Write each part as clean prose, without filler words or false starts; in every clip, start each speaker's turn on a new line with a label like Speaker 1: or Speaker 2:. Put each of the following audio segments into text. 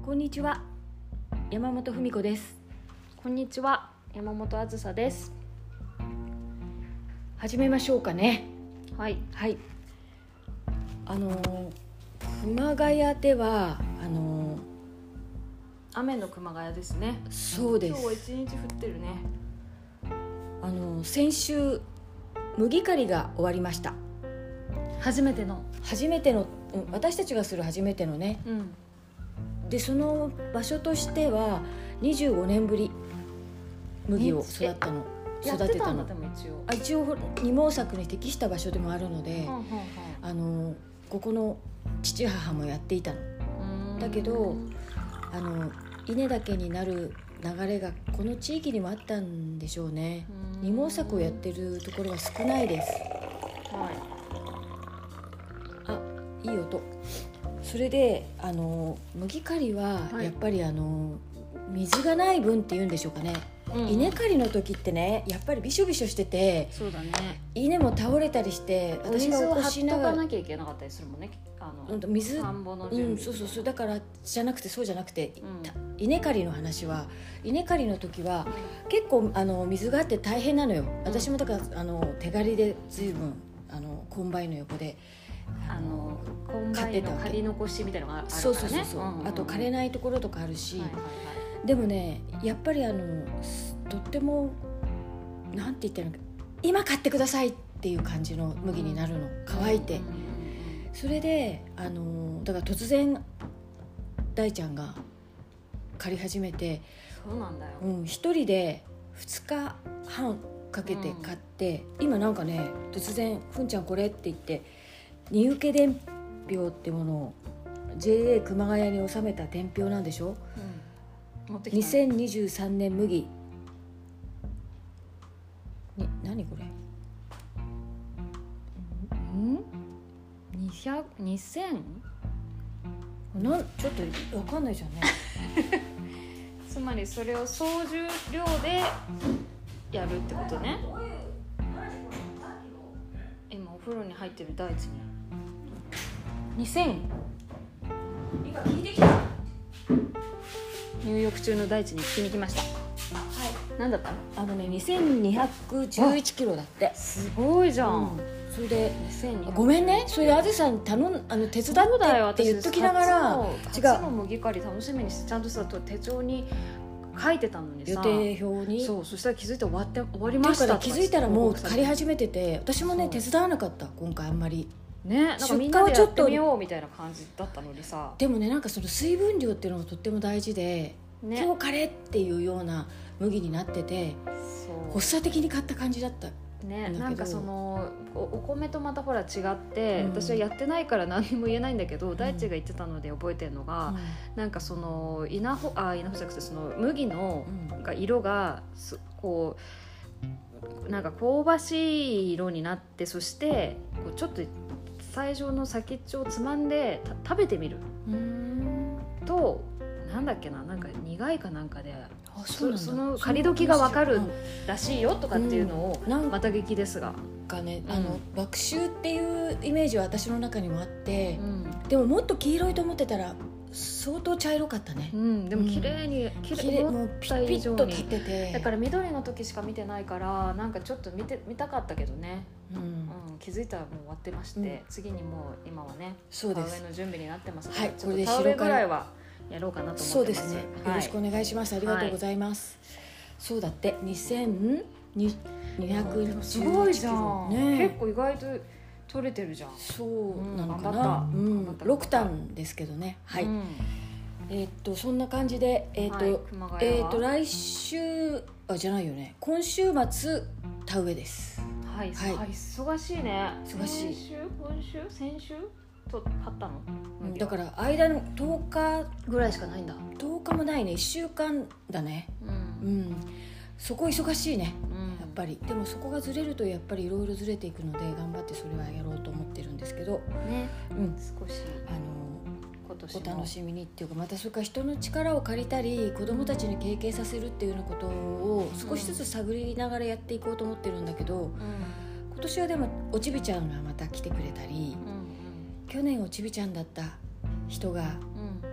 Speaker 1: こんにちは、山本文子です。
Speaker 2: こんにちは、山本あずさです。
Speaker 1: 始めましょうかね。
Speaker 2: はい
Speaker 1: はい。熊谷では
Speaker 2: 雨の熊谷ですね。
Speaker 1: そうです。
Speaker 2: 今日は一日降ってるね。
Speaker 1: 先週麦刈りが終わりました。
Speaker 2: 初めての、
Speaker 1: 私たちがする初めてのね、でその場所としては25年ぶり麦を育てたの。
Speaker 2: やってたんだ。でも
Speaker 1: 一応二毛作に適した場所でもあるので、ここの父母もやっていたの。だけど稲岳になる流れがこの地域にもあったんでしょうね。二毛作をやってるところは少ないです。いい音。それで麦刈りはやっぱり水がない分っていうんでしょうかね。稲刈りの時ってね、やっぱりびしょびしょしてて、
Speaker 2: そうだね、
Speaker 1: 稲も倒れたりして、
Speaker 2: 私が起こしながら水を張っとかなきゃいけなかったりするもんね。
Speaker 1: 水
Speaker 2: 田んぼの準備、
Speaker 1: そうだからそうじゃなくて、稲刈りの話は、稲刈りの時は結構水があって大変なのよ。私もだから手刈りで随分コンバインの横で
Speaker 2: コンバインの刈り残しみたいなのがあるからね。
Speaker 1: あと枯れないところとかあるし、でもね、やっぱりとってもなんて言ったらいいのか、今買ってくださいっていう感じの麦になるの。乾いて、それでだから突然大ちゃんが刈り始めて、
Speaker 2: そうなんだよ、
Speaker 1: 一人で2日半かけて買って、今なんかね、突然ふんちゃんこれって言って荷受伝票ってものを JA 熊谷に収めた伝票なんでしょ。2023年麦に、何これ、
Speaker 2: 2000？
Speaker 1: ちょっと分かんないじゃんね
Speaker 2: つまりそれを総重量でやるってことね。今お風呂に入ってる大地に2000、
Speaker 1: 今聞いてきた。
Speaker 2: 入浴中の大地に聞きに来ました。何だったの
Speaker 1: ？2211キロだって。す
Speaker 2: ごいじゃん。
Speaker 1: それで
Speaker 2: 2200、
Speaker 1: ごめんね、それであずさんに手伝ってって言っときながら、
Speaker 2: 初の麦刈り楽しみにしてちゃんとさ手帳に書いてたのにさ、
Speaker 1: 予定表に。
Speaker 2: そしたら気づいて終わりました。
Speaker 1: 気づいたらもう刈り始めてて、私もね手伝わなかった今回あんまり
Speaker 2: ね。なんかみんなでやってみようみたいな感じだったのにさ。
Speaker 1: でもね、なんかその水分量っていうのがとっても大事で、今日刈れっていうような麦になってて、発作的に買った感じだった
Speaker 2: ね。なんかその お米とまたほら違って、私はやってないから何も言えないんだけど、大地が言ってたので覚えてるのが、なんかその稲穂じゃなくて、その麦の色がこうなんか香ばしい色になって、そしてこうちょっと最初の先っちょをつまんで食べてみると、なんだっけな、なんか苦いかなんかで、その刈り時が分かるらしいよとかっていうのを、また聞ですが
Speaker 1: ね、麦秋っていうイメージは私の中にもあって、でももっと黄色いと思ってたら相当茶色かったね。
Speaker 2: でも綺麗に
Speaker 1: もうピッピッと立ってて、
Speaker 2: だから緑の時しか見てないから、なんかちょっと見たかったけどね、気づいたらもう終わってまして、次にもう今はね、田植えの準備になってますので、ちょっと田植えぐらいはやろうかなと思ってます。
Speaker 1: そうですね、よろしくお願いします。ありがとうございます。そうだって、2211
Speaker 2: すごいじゃん、結構意外と取れてるじゃん。
Speaker 1: そうなのかな、6単ですけどね。はい、そんな感じで来週じゃないよね、今週末田植えです。
Speaker 2: 忙しいね。
Speaker 1: 忙しい。
Speaker 2: 先週と買ったの？
Speaker 1: だから間の10日
Speaker 2: ぐらいしかないんだ。
Speaker 1: 10日もないね、1週間だね。そこ忙しいね、やっぱり。でもそこがずれるとやっぱりいろいろずれていくので、頑張ってそれはやろうと思ってるんですけどね。
Speaker 2: 少し
Speaker 1: お楽しみにっていうか、またそれから人の力を借りたり、子どもたちに経験させるっていうようなことを少しずつ探りながらやっていこうと思ってるんだけど、今年はでもおちびちゃんがまた来てくれたり、去年おちびちゃんだった人が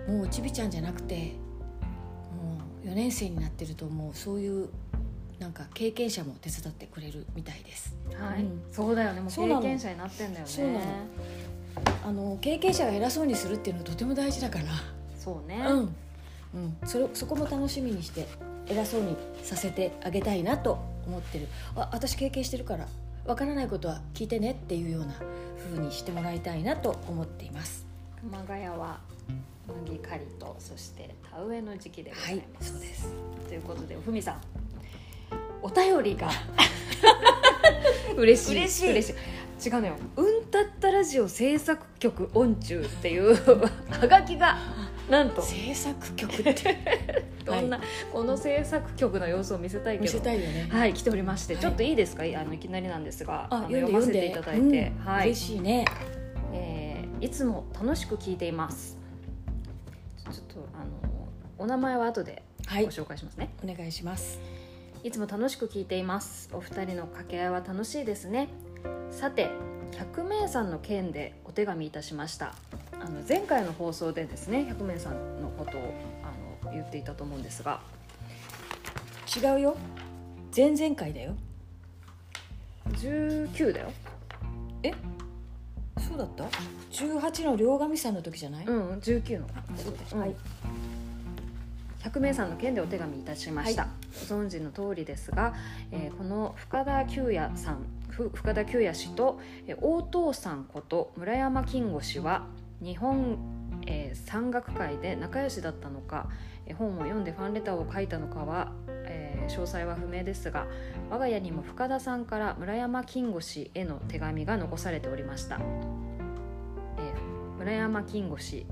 Speaker 1: もうちびちゃんじゃなくてもう4年生になってると、もうそういうなんか経験者も手伝ってくれるみたいです。
Speaker 2: はい、そうだよね、もう経験者になってんだよね。
Speaker 1: そうなの。経験者が偉そうにするっていうのはとても大事だから。
Speaker 2: そうね、
Speaker 1: そこも楽しみにして偉そうにさせてあげたいなと思ってる。私経験してるからわからないことは聞いてねっていうような風にしてもらいたいなと思っています。
Speaker 2: 熊谷は麦刈りと、そして田植えの時期でございます。
Speaker 1: はい、そうです。
Speaker 2: ということで、ふみさん、お便りが嬉しい。違うのよ、うんたったラジオ制作局音中っていうはがきがなんと
Speaker 1: 制作局って
Speaker 2: どんな、この制作局の様子を見せたいけど、
Speaker 1: 見せたいよね。
Speaker 2: はい、来ておりまして、ちょっといいですか、いきなりなんですが、読ませていただいて、
Speaker 1: はい、嬉しいね。
Speaker 2: いつも楽しく聞いています。ちょっとお名前は後でご紹介しますね。
Speaker 1: お願いします。
Speaker 2: いつも楽しく聞いています。お二人の掛け合いは楽しいですね。さて、百名さんの件でお手紙いたしました。前回の放送でですね、百名さんのことを言っていたと思うんですが、
Speaker 1: 違うよ、前々回だよ。
Speaker 2: 19だよ。
Speaker 1: そうだった？ 18 の両神さんの時じゃない？
Speaker 2: 19の。
Speaker 1: そうです。はい。
Speaker 2: 百名さんの件でお手紙いたしました。はい、ご存知の通りですが、この深田久也氏と大藤さんこと村山金吾氏は日本、山岳会で仲良しだったのか、本を読んでファンレターを書いたのかは、詳細は不明ですが、我が家にも深田さんから村山金吾氏への手紙が残されておりました。村山金吾氏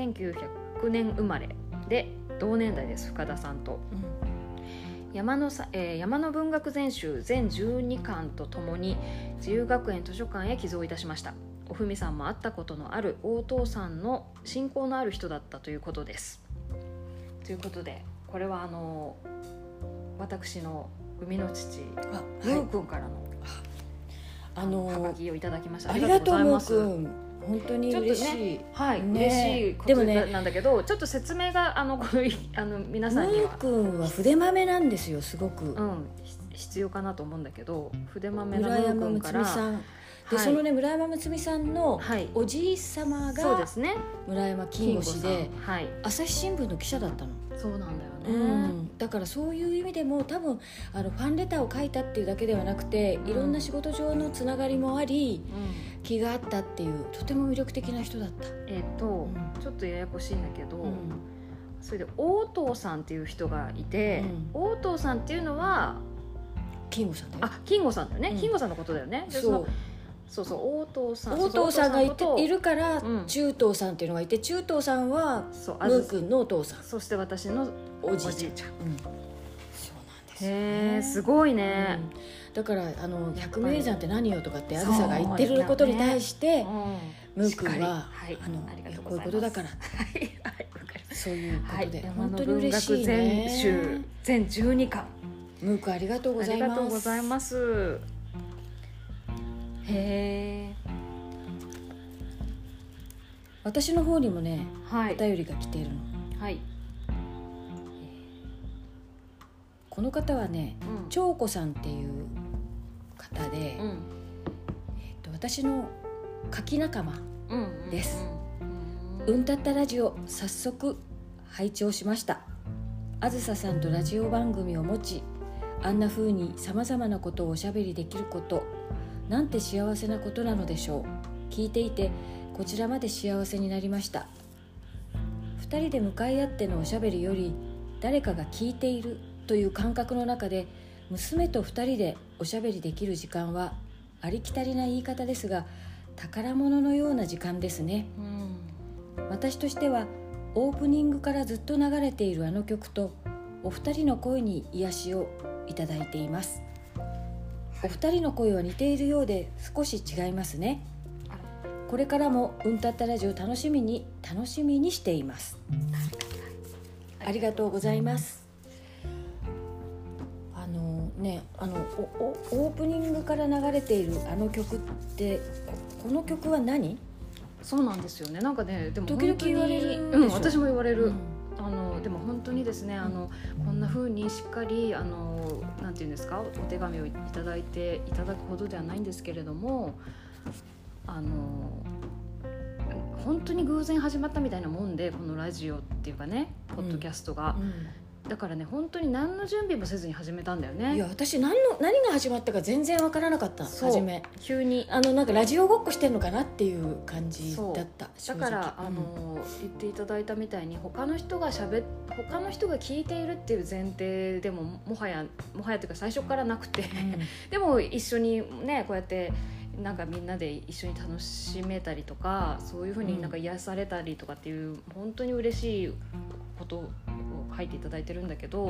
Speaker 2: 1900年生まれで同年代です。深田さんと、山の文学全集全12巻とともに自由学園図書館へ寄贈いたしました。おふみさんも会ったことのある大藤さんの親交のある人だったということです。ということで、これは私の生みの父ムー君からのはがきをいただきました。
Speaker 1: ありがとうムー君、本当に嬉しい、
Speaker 2: 嬉しいことなんだけど、ちょっと説明が皆さんには、
Speaker 1: ムー君は筆豆なんですよ、すごく、
Speaker 2: 必要かなと思うんだけど、筆豆のムー君から、
Speaker 1: でそのね、村山睦美さんのおじい様が村山金吾氏で、朝日新聞の記者だったの。
Speaker 2: そうなんだよね、
Speaker 1: だからそういう意味でも多分ファンレターを書いたっていうだけではなくて、いろんな仕事上のつながりもあり、気があったっていう、とても魅力的な人だった。
Speaker 2: ちょっとややこしいんだけど、それで大藤さんっていう人がいて、大藤さんっていうのは
Speaker 1: 金吾さんだよ。
Speaker 2: 金吾さんだよね、金吾さんのことだよね。そう大藤さん
Speaker 1: がいるから、中藤さんっていうのがいて、中藤さんはムー君のお父さん、
Speaker 2: そして私のおじいちゃん。
Speaker 1: そうなんです
Speaker 2: へー、すごいね。
Speaker 1: だから百名山って何よとかってあずさが言ってることに対して、ムー君はこういうことだから、そういうことで本当に嬉しいね。
Speaker 2: 全集全12巻、
Speaker 1: ムー君ありがとうございます。
Speaker 2: ありがとうございます。へー、
Speaker 1: 私の方にもね、お便りが来ているの。この方はね、長子さんっていう方で、私の書き仲間です。うんたったラジオ、早速拝聴しました。あずささんとラジオ番組を持ち、あんな風にさまざまなことをおしゃべりできること、なんて幸せなことなのでしょう。聞いていてこちらまで幸せになりました。2人で向かい合ってのおしゃべりより、誰かが聞いているという感覚の中で娘と2人でおしゃべりできる時間は、ありきたりな言い方ですが宝物のような時間ですね。私としてはオープニングからずっと流れているあの曲とお二人の声に癒しをいただいています。お二人の声は似ているようで少し違いますね。これからもうんたったラジオ楽しみにしています。ありがとうございます。オープニングから流れているあの曲って、この曲は何？
Speaker 2: そうなんですよね。なんかね、でも
Speaker 1: 時々言われるでしょ、
Speaker 2: うん、私も言われる、
Speaker 1: うん
Speaker 2: でも本当にですね、こんな風にしっかりなんていうんですか、お手紙をいただくほどではないんですけれども、本当に偶然始まったみたいなもんで、このラジオっていうかね、ポッドキャストが、だからね、本当に何の準備もせずに始めたんだよね。
Speaker 1: いや、私何が始まったか全然わからなかった。初め
Speaker 2: 急に
Speaker 1: なんかラジオごっこしてんのかなっていう感じだった。
Speaker 2: だから言っていただいたみたいに、他の人が聞いているっていう前提でももはやというか最初からなくて、でも一緒にね、こうやってなんかみんなで一緒に楽しめたりとか、そういう風になんか癒されたりとかっていう、本当に嬉しいことを書いていただいてるんだけど、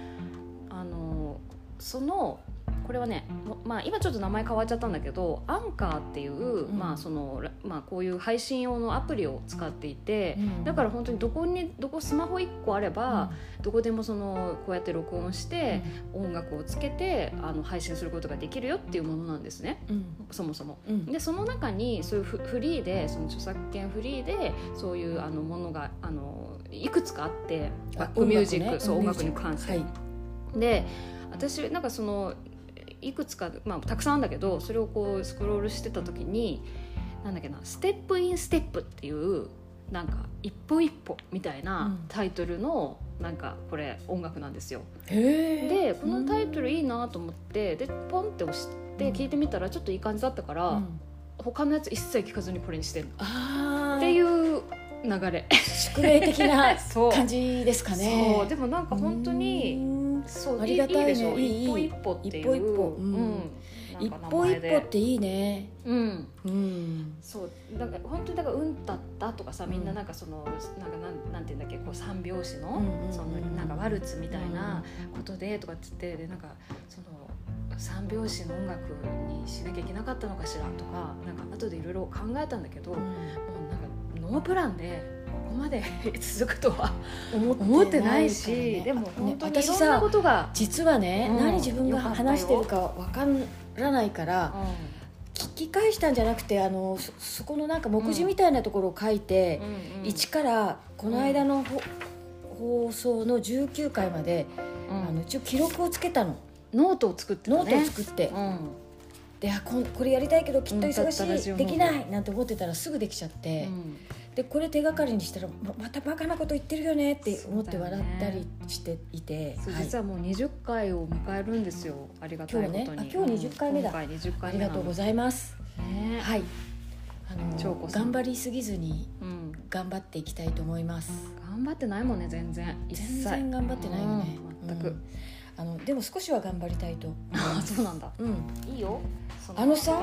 Speaker 2: これはね、今ちょっと名前変わっちゃったんだけど、アンカーっていう、こういう配信用のアプリを使っていて、だから本当にどこスマホ1個あれば、どこでもこうやって録音して、音楽をつけて配信することができるよっていうものなんですね、そもそも、でその中にそういうフリーで、その著作権フリーでそういうものがいくつかあって、バックミュージック、音楽に関して、で私なんかいくつか、たくさんあるんだけど、それをこうスクロールしてた時に、なんだっけな、ステップインステップっていう、なんか一歩一歩みたいなタイトルの、なんかこれ音楽なんですよ。でこのタイトルいいなと思って、でポンって押して聞いてみたらちょっといい感じだったから、他のやつ一切聞かずにこれにしてるっていう流れ、
Speaker 1: 宿命的な感じですかね。
Speaker 2: そう、でもなんか本当に
Speaker 1: ありがたいね。
Speaker 2: いいでしょ、一歩一歩っていう、
Speaker 1: 一歩一歩っていいね。
Speaker 2: そうだから本当に、だからだったとかさ、みんななんかなんていうんだっけ、こう三拍子のなんかワルツみたいなことでとかっつって、でなんか三拍子の音楽にしなきゃいけなかったのかしらとか、なんか後でいろいろ考えたんだけど、もうなんかノープランでここまで続くとは思ってないし、でも本当にいろんなことが、
Speaker 1: 実はね、何自分が話してるかわからないから、聞き返したんじゃなくて、そこのなんか目次みたいなところを書いて、1からこの間の放送の19回まで、一応記録をつけたの。
Speaker 2: ノートを作ってたね。
Speaker 1: ノートを作って、でこれやりたいけどきっと忙しい、できないなんて思ってたらすぐできちゃって、でこれ手がかりにしたらまたバカなこと言ってるよねって思って笑ったりしていて、
Speaker 2: 実はもう20回を迎えるんですよ。ありがたいことに。
Speaker 1: 今日20回目だ。ありがとうございます。はい。頑張りすぎずに頑張っていきたいと思います。
Speaker 2: 頑張ってないもんね、全然
Speaker 1: 頑張ってないよね。
Speaker 2: 全く。
Speaker 1: でも少しは頑張りたいと思います。
Speaker 2: そうなんだ。いいよ。
Speaker 1: さ、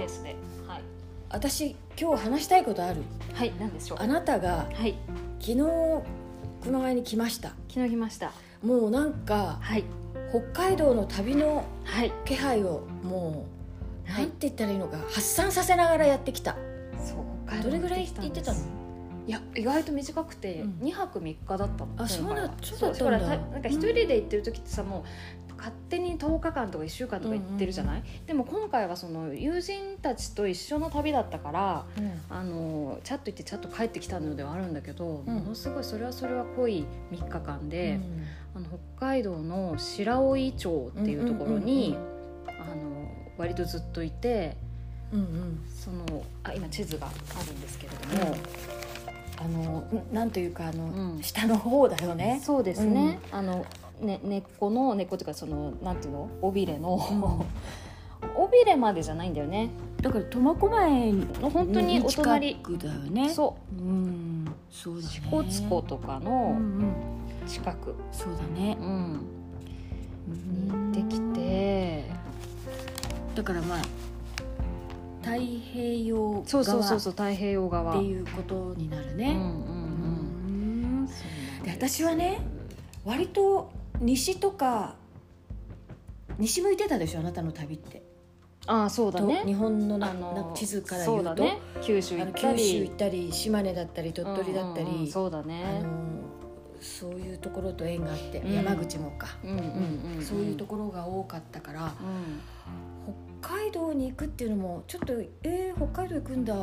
Speaker 1: 私今日話したいことある。
Speaker 2: はい、何でしょう。
Speaker 1: あなたが昨日熊谷に来ました。
Speaker 2: 昨日来ました。
Speaker 1: もうなんか、北海道の旅の気配をもう、なんて言ったらいいのか、発散させながらやってきた。どれぐらい行ってたの？
Speaker 2: いや、意外と短くて2泊3日だったの。
Speaker 1: あ、そうだったんだ。
Speaker 2: なんか一人で行ってる時ってさ、もう勝手に10日間とか1週間とか行ってるじゃない。でも今回はその友人たちと一緒の旅だったから、チャッと行ってチャッと帰ってきたのではあるんだけど、ものすごいそれは濃い3日間で、北海道の白老町っていうところに割とずっといて、今地図があるんですけれども、
Speaker 1: なんというか下の方だよね。
Speaker 2: そうですね。根っこっていうか、なんていうの、尾びれの、尾びれまでじゃないんだよね。
Speaker 1: だから苫小牧の
Speaker 2: 本当にお隣
Speaker 1: だよね。
Speaker 2: そう、
Speaker 1: そうだね。
Speaker 2: 支笏湖とかの近く、
Speaker 1: そうだね。
Speaker 2: に行ってきて、
Speaker 1: だから太平洋側、
Speaker 2: 太平洋側
Speaker 1: っていうことになるね。で、私はね、割と西向いてたでしょ、あなたの旅って。
Speaker 2: ああ、そうだね。
Speaker 1: 日本の地図から言うと、
Speaker 2: 九州行ったり
Speaker 1: 島根だったり鳥取だったり、
Speaker 2: そうだね。
Speaker 1: そういうところと縁があって、山口もか、そういうところが多かったから、北海道に行くっていうのもちょっと北海道行くんだ、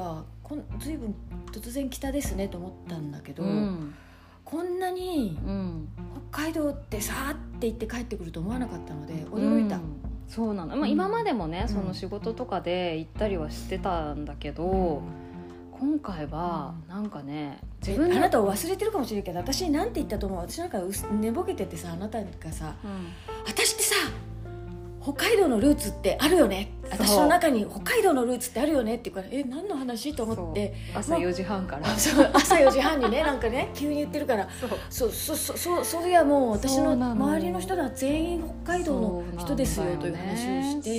Speaker 1: 随分突然北ですねと思ったんだけど、こんなに北海道ってさーって言って帰ってくると思わなかったので驚いた。
Speaker 2: そうなの、今までもね、その仕事とかで行ったりはしてたんだけど、今回はなんかね、
Speaker 1: 自分あなたを忘れてるかもしれないけど、私に何て言ったと思う？私なんか寝ぼけててさ、あなたがさ、私ってさ北海道のルーツってあるよね、私の中に北海道のルーツってあるよねって言うから、何の話と思って、
Speaker 2: 朝4時半から
Speaker 1: 朝4時半にねなんかね急に言ってるから、それはもう私の周りの人は全員北海道の人ですよという話をして、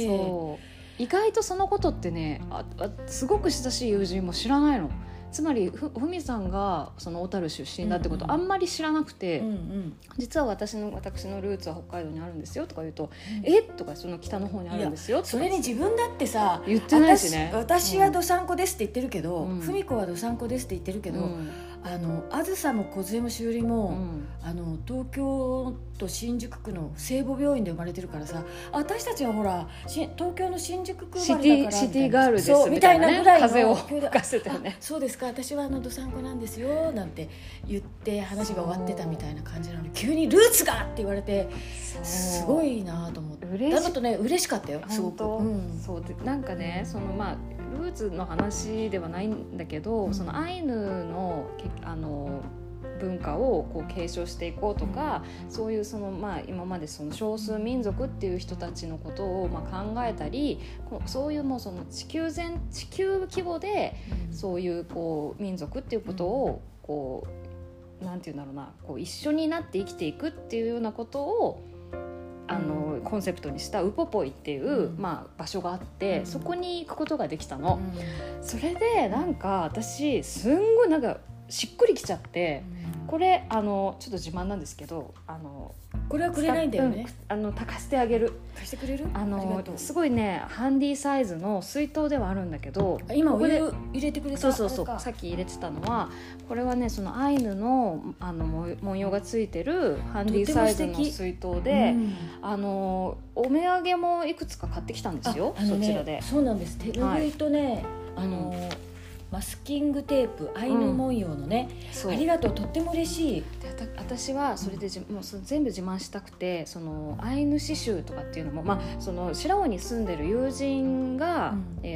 Speaker 2: 意外とそのことってね、すごく親しい友人も知らないの。つまりふみさんがその小樽出身だってことあんまり知らなくて、実は私のルーツは北海道にあるんですよとか言うと、えとか、その北の方にあるんですよとか、
Speaker 1: それに自分だってさ
Speaker 2: 言ってないしね、
Speaker 1: 私はどさんこですって言ってるけど、文子はどさんこですって言ってるけど、あずさも梢もしおりも、東京と新宿区の聖母病院で生まれてるからさ、私たちはほら東京の新宿区生まれたから
Speaker 2: シティガールですみたいなね、風を吹かせてね、
Speaker 1: そうですか、私はどさんこなんですよなんて言って話が終わってたみたいな感じなのに、急にルーツがって言われてすごいなと思って、だとね嬉しかったよすごく。
Speaker 2: そうで、なんかね、そのルーツの話ではないんだけど、そのアイヌの文化をこう継承していこうとか、そういう今までその少数民族っていう人たちのことを考えたり、そういうもうその地球規模でそういうこう民族っていうことをこうなんていうんだろうな、こう一緒になって生きていくっていうようなことをコンセプトにしたウポポイっていう、場所があって、そこに行くことができたの。それでなんか私すんごいなんかしっくりきちゃって、これちょっと自慢なんですけど、
Speaker 1: これはくれないんだよね。
Speaker 2: 貸してあげる。
Speaker 1: 貸してくれる？
Speaker 2: すごいねハンディサイズの水筒ではあるんだけど、
Speaker 1: 今お湯入れてくれた。
Speaker 2: そうさっき入れてたのは、これはねそのアイヌの文様がついてるハンディサイズの水筒で、お土産もいくつか買ってきたんですよ、そちらで。
Speaker 1: そうなんです。手ぬぐいとね、マスキングテープ、アイヌ文様のね、ありがとう、とっても嬉しい。
Speaker 2: で私はそれでもう全部自慢したくて、そのアイヌ刺繍とかっていうのも、その白尾に住んでる友人が、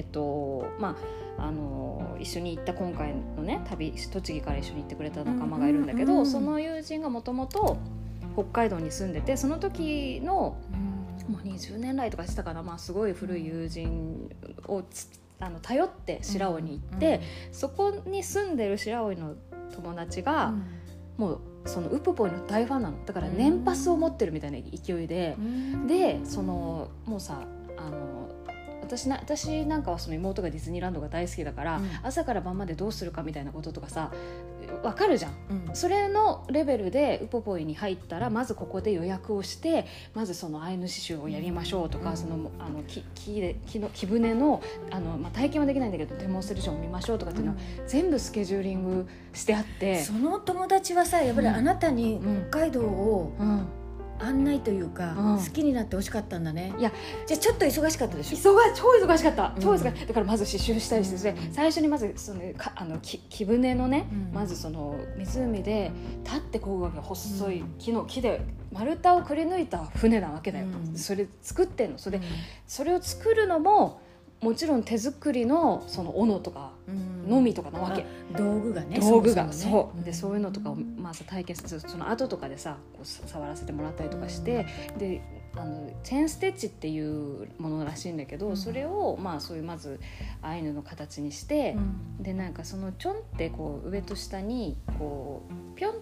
Speaker 2: 一緒に行った今回のね旅、栃木から一緒に行ってくれた仲間がいるんだけど、その友人がもともと北海道に住んでて、その時の、もう20年来とかしてたかな、すごい古い友人を頼って白尾に行って、そこに住んでる白尾の友達が、もうそのウポポイの大ファンなの。だから年パスを持ってるみたいな勢いで、でもうさ私なんかはその妹がディズニーランドが大好きだから、朝から晩までどうするかみたいなこととかさ分かるじゃん、それのレベルでウポポイに入ったら、まずここで予約をして、まずそのアイヌ刺繍をやりましょうとか、その木舟の体験はできないんだけどデモンストレーションを見ましょうとかっていうのは、全部スケジューリングしてあって、
Speaker 1: その友達はさやっぱりあなたに北海道を、案内というか、好きになってほしかったんだね。いや、じゃあちょっと忙しかったでしょ。
Speaker 2: 超忙しかった、だからまず刺繍したりして、最初にまずその木舟のね、まずその湖で立ってこぐわけ、細い木で丸太をくり抜いた船なわけだよ、それ作ってんの。それを作るのももちろん手作りのその斧とかのみとかなわけ、道具がそうで、そういうのとかを体験する、その後とかでさこう触らせてもらったりとかして、でチェーンステッチっていうものらしいんだけど、それをそういうまずアイヌの形にして、でなんかそのちょんってこう上と下にこうピョンって、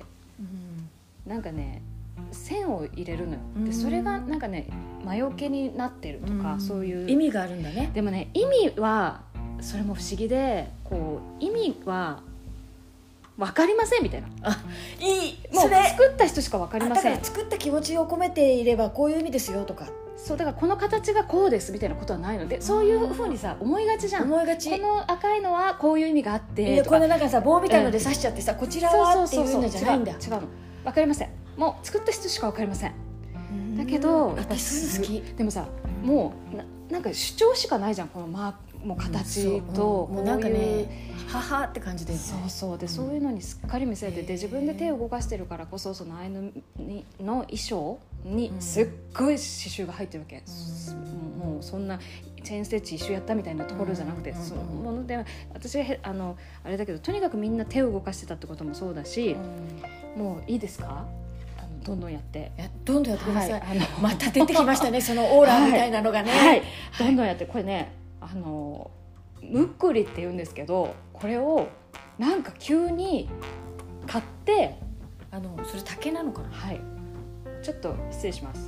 Speaker 2: なんかね線を入れるのよ。でそれがなんかね魔除けになってるとか、そういう
Speaker 1: 意味があるんだね。
Speaker 2: でもね、意味はそれも不思議で、こう意味は分かりませんみたいな。
Speaker 1: いい、
Speaker 2: もう作った人しか分かりません。
Speaker 1: だから作った気持ちを込めていればこういう意味ですよとか、
Speaker 2: そうだからこの形がこうですみたいなことはないので、そういう風にさ思いがちじゃん。この赤いのはこういう意味があってとか、
Speaker 1: このなんかさ棒みたいので刺しちゃってさ、こちらはっていうのじゃないんだ。
Speaker 2: 違うの、分かりません。もう作った人しか分かりません。だけど
Speaker 1: 私好き。
Speaker 2: でもさ、もうなんか主張しかないじゃん、このマもう形と
Speaker 1: もうなんかね母って感じで、
Speaker 2: そうで、そういうのにすっかり見せてて、自分で手を動かしてるからこそそのアイヌの衣装にすっごい刺繍が入ってるわけ、もうそんなチェーンステッチ一周やったみたいなところじゃなくて、そのもので私はあれだけど、とにかくみんな手を動かしてたってこともそうだし、もういいですか、どんどんやって
Speaker 1: どんどんやってください、また出てきましたねそのオーラみたいなのがね、
Speaker 2: どんどんやって、これねむっくりって言うんですけど、これをなんか急に買って、
Speaker 1: それ竹なのかな、
Speaker 2: はい、ちょっと失礼します。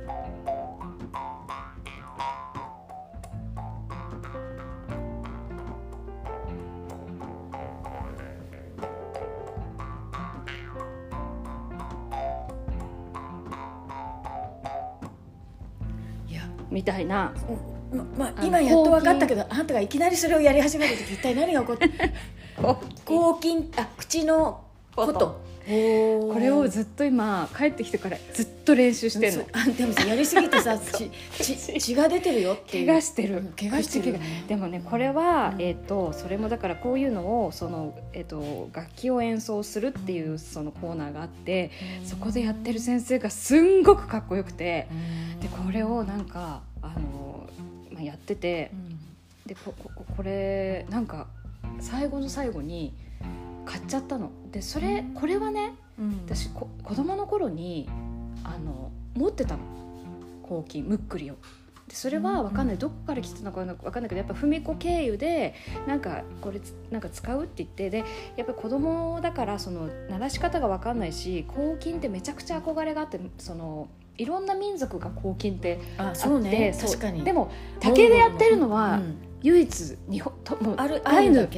Speaker 2: みたいな、
Speaker 1: 今やっと分かったけど、あなたがいきなりそれをやり始めた時一体何が起こって抗菌、口のこと、
Speaker 2: これをずっと今帰ってきてからずっと練習してるの。
Speaker 1: でもやりすぎてさ血が出てるよっていう、
Speaker 2: 怪我してる、
Speaker 1: 怪我してる、
Speaker 2: でもねこれは、それもだからこういうのを楽器を演奏するっていうそのコーナーがあって、そこでやってる先生がすんごくかっこよくて、でこれをなんかやってて、でこれなんか最後の最後に買っちゃったので、これはね、私子供の頃に持ってたの、抗菌むっくりを。でそれは分かんない、どこから来てたのか分かんないけど、やっぱ文子経由でなんかこれなんか使うって言って、でやっぱり子供だからその鳴らし方が分かんないし、抗菌ってめちゃくちゃ憧れがあって、いろんな民族が抗菌ってあって、
Speaker 1: そうね、確かに。
Speaker 2: でも竹でやってるのは唯一日本もうアイヌ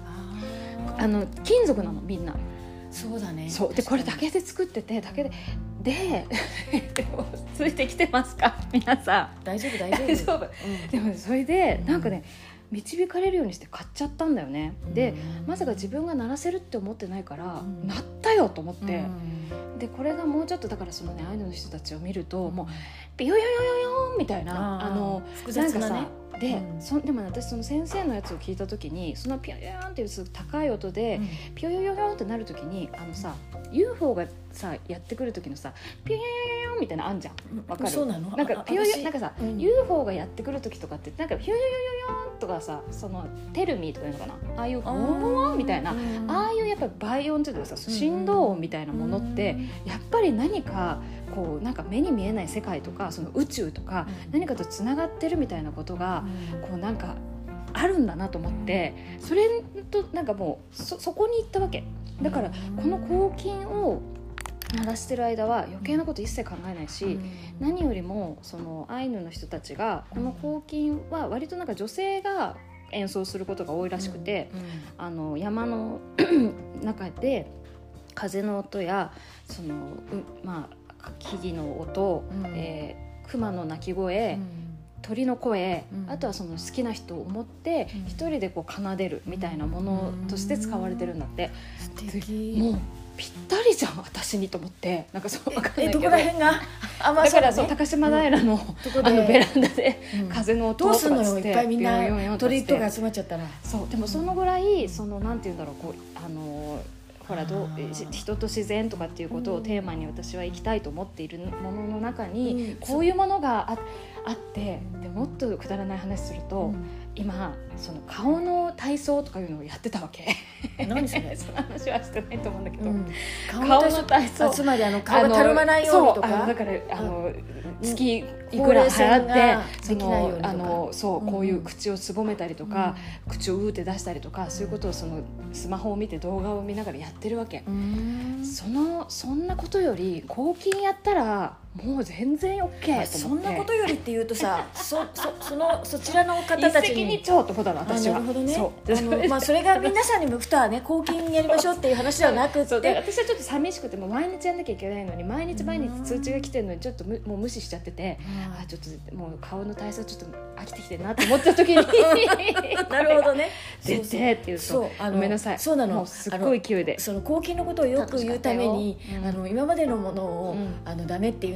Speaker 2: 金属なのみんな。
Speaker 1: そうだね。
Speaker 2: そうでこれ竹で作ってて、竹でついてきてますか皆さん。
Speaker 1: 大丈夫、
Speaker 2: でもそれでなんかね、導かれるようにして買っちゃったんだよね。でまさか自分が鳴らせるって思ってないから、鳴ったよと思って、でこれがもうちょっとだからそのね、アイヌの人たちを見るともうビヨヨヨヨヨンみたいな
Speaker 1: 複雑なね。
Speaker 2: でも、ね、私その先生のやつを聞いた時に、そのピヨヨヨンっていうすごく高い音で、ピヨヨヨヨンってなる時にUFO がさやってくる時のさピヨヨヨヨンみたいなあんじゃん、わかる？
Speaker 1: そうなの？
Speaker 2: なんかピヨヨなんかさ、UFO がやってくる時とかってなんかピヨヨヨヨヨンとかさ、そのテルミーとかいうのかな、ああいうゴーンみたいな、ああいうやっぱり倍音っていうかさ、振動音みたいなものってやっぱり何かこうなんか目に見えない世界とかその宇宙とか何かとつながってるみたいなことがこうなんかあるんだなと思って、それとなんかもう そこに行ったわけだから、この抗菌を鳴らしてる間は余計なこと一切考えないし、何よりもそのアイヌの人たちがこの抗菌は割となんか女性が演奏することが多いらしくて、山の中で風の音やその、木々の音、熊の鳴き声、鳥の声、あとはその好きな人を思って一人でこう奏でるみたいなものとして使われてるんだって。もうぴったりじゃん私にと思って、なんかそう分かんないけど、
Speaker 1: どこら辺が
Speaker 2: だからそう高島平の、ベランダで風の音
Speaker 1: どうすんのよ、
Speaker 2: って
Speaker 1: いっぱいみんな鳥とか集まっちゃったら。
Speaker 2: そうでもそのぐらいそのなんていうんだろう、こうほら人と自然とかっていうことをテーマに私は生きたいと思っているものの中に、こういうものがあって、でもっとくだらない話すると、今その顔の体操とかいうのをやってたわけ。
Speaker 1: 何それ？
Speaker 2: その話はしてないと思うんだけど、
Speaker 1: 顔の体操、つまり顔がたるまないようにとか、
Speaker 2: だから月いくら払ってこういう口をすぼめたりとか、口をうーって出したりとか、そういうことをそのスマホを見て動画を見ながらやってるわけ。そんなことより抗菌やったらもう全然 OK と思って、
Speaker 1: そんなことよりっていうとさ、そちらの方たちに
Speaker 2: 一石二鳥ってことだな私は。
Speaker 1: なるほどね。それが皆さんにもふたはね、抗菌やりましょうっていう話ではなくって、
Speaker 2: 私はちょっと寂しくて、もう毎日やんなきゃいけないのに、毎日通知が来てるのにちょっともう無視しちゃってて、ちょっともう顔の体操ちょっと飽きてきてるなって思った時に
Speaker 1: なるほどね、
Speaker 2: 出てって言うとごめんなさい、
Speaker 1: そうなの、
Speaker 2: もうすっごい勢いで
Speaker 1: その抗菌のことをよく言うために、今までのものをダメっていう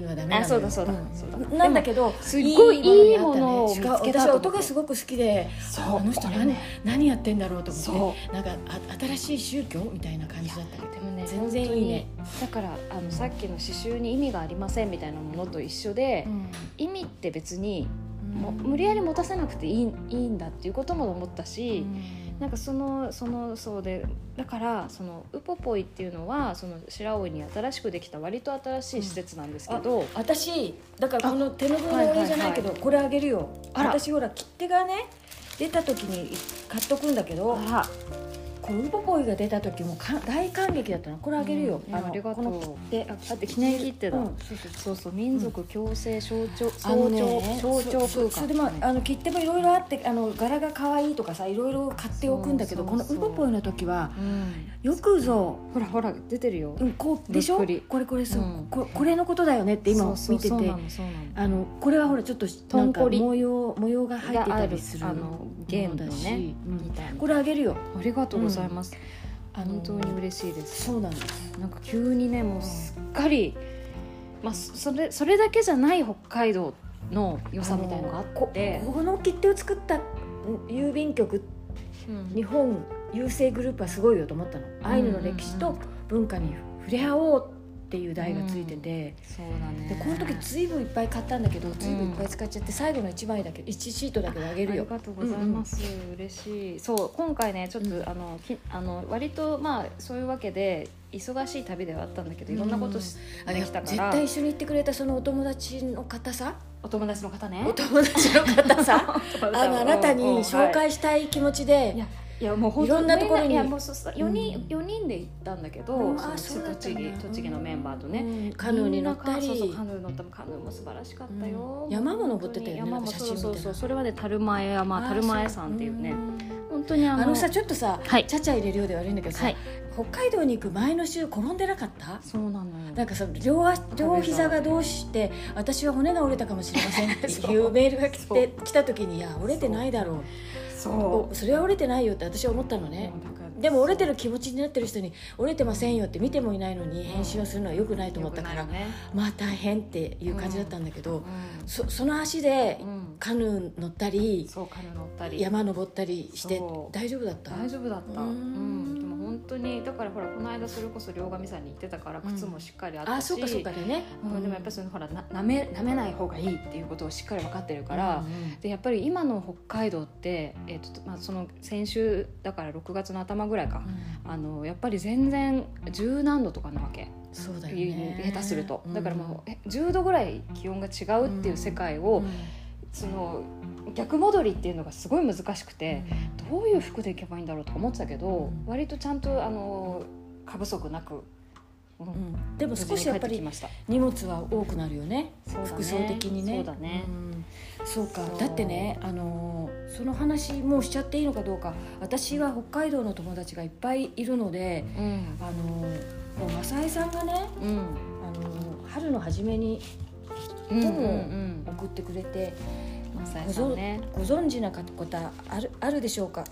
Speaker 1: のはダメなのよ。
Speaker 2: そうだそうだ、
Speaker 1: なんだけど
Speaker 2: すっごいいいものを見つけたと思って。
Speaker 1: 私は音がすごく好きで、あの人何やってんだろうと思って、なんか新しい宗教みたいな感じだったけど、
Speaker 2: でもね、
Speaker 1: 全然いいね。
Speaker 2: だからさっきの刺繍に意味がありませんみたいなものと一緒で、意味って別に無理やり持たせなくていいんだっていうことも思ったし、なんかそうで、だからそのウポポイっていうのはその白老に新しくできた割と新しい施設なんですけど、
Speaker 1: 私だからこの手のぶの上じゃないけど、これあげるよ。私ほら切手がね出た時に買っとくんだけど、このウポポイが出た時も大感激だったの。これあげるよ。
Speaker 2: ありがとう。で、だって記念切手だ。そう民族共生象徴空間。
Speaker 1: それで切手もいろいろあって、柄が可愛いとかさ、いろいろ買っておくんだけど、このウポポイの時はよくぞ
Speaker 2: ほら出てるよ。
Speaker 1: こうでしょ。これそう、これのことだよねって今見てて、これはほらちょっとなんか模様が入ってたりする
Speaker 2: ゲームだし、
Speaker 1: これあげるよ。
Speaker 2: ありがとうございます。本当に嬉しいです。
Speaker 1: そうなんです。
Speaker 2: なんか急にね、もうすっかり、それだけじゃない北海道の良さみたいなのがあって、
Speaker 1: この切手を作った郵便局、日本郵政グループはすごいよと思ったの。アイヌの歴史と文化に触れ合おうっていう題がついてて、
Speaker 2: そうだね。
Speaker 1: でこの時ずいぶんいっぱい買ったんだけど、ずいぶんいっぱい使っちゃって、最後の1枚だけ、1シートだけであげるよ。
Speaker 2: ありがとうございます。嬉しい。そう今回ねちょっと割とそういうわけで忙しい旅ではあったんだけど、いろんなことできたから、
Speaker 1: 絶対一緒に行ってくれたそのお友達の方さ、
Speaker 2: お友達の方ね、
Speaker 1: お友達の方さあなたに紹介したい気持ちで、
Speaker 2: いやもう本当
Speaker 1: いろんなところに、
Speaker 2: もう4人で行ったんだけど、栃木のメンバーとね、
Speaker 1: カヌーに乗ったり、
Speaker 2: カヌー乗ったカヌーも素晴らしかったよ。
Speaker 1: 山も登ってたよね。
Speaker 2: 山もそうそれはね樽前山っていうね、本当に
Speaker 1: さちょっとさ、ちゃちゃ入れるようで悪いんだけどさ、北海道に行く前の週転んでなかった？
Speaker 2: そうなのよ。
Speaker 1: なんかさ両膝がどうして私は骨が折れたかもしれませんっていうメールが来た時に、いや折れてないだろう、それは折れてないよって私は思ったのね。でも折れてる気持ちになってる人に折れてませんよって見てもいないのに返信をするのは良くないと思ったから、まあ大変っていう感じだったんだけど、その足でカヌー乗ったり、山登ったりして大丈夫だった？
Speaker 2: 大丈夫だった。でも本当にだからほらこの間それこそ両神山に行ってたから靴もしっかりあったし、
Speaker 1: そうかそうかね。
Speaker 2: でもやっぱりほらなめない方がいいっていうことをしっかり分かってるから、でやっぱり今の北海道ってその先週だから6月の頭ぐらいか、やっぱり全然10何度とかなわけ。
Speaker 1: そうだよね。
Speaker 2: 下手するとだからもう10度ぐらい気温が違うっていう世界を、その逆戻りっていうのがすごい難しくて、どういう服で行けばいいんだろうとか思ってたけど、割とちゃんと過不足なく、
Speaker 1: でも少しやっぱり荷物は多くなるよね、服装的にね。
Speaker 2: そうだね。
Speaker 1: そうか。だってね、その話もうしちゃっていいのかどうか、私は北海道の友達がいっぱいいるので、もう正江さんがね、春の初めに本を送ってくれて、ご存知な方あるでしょうか。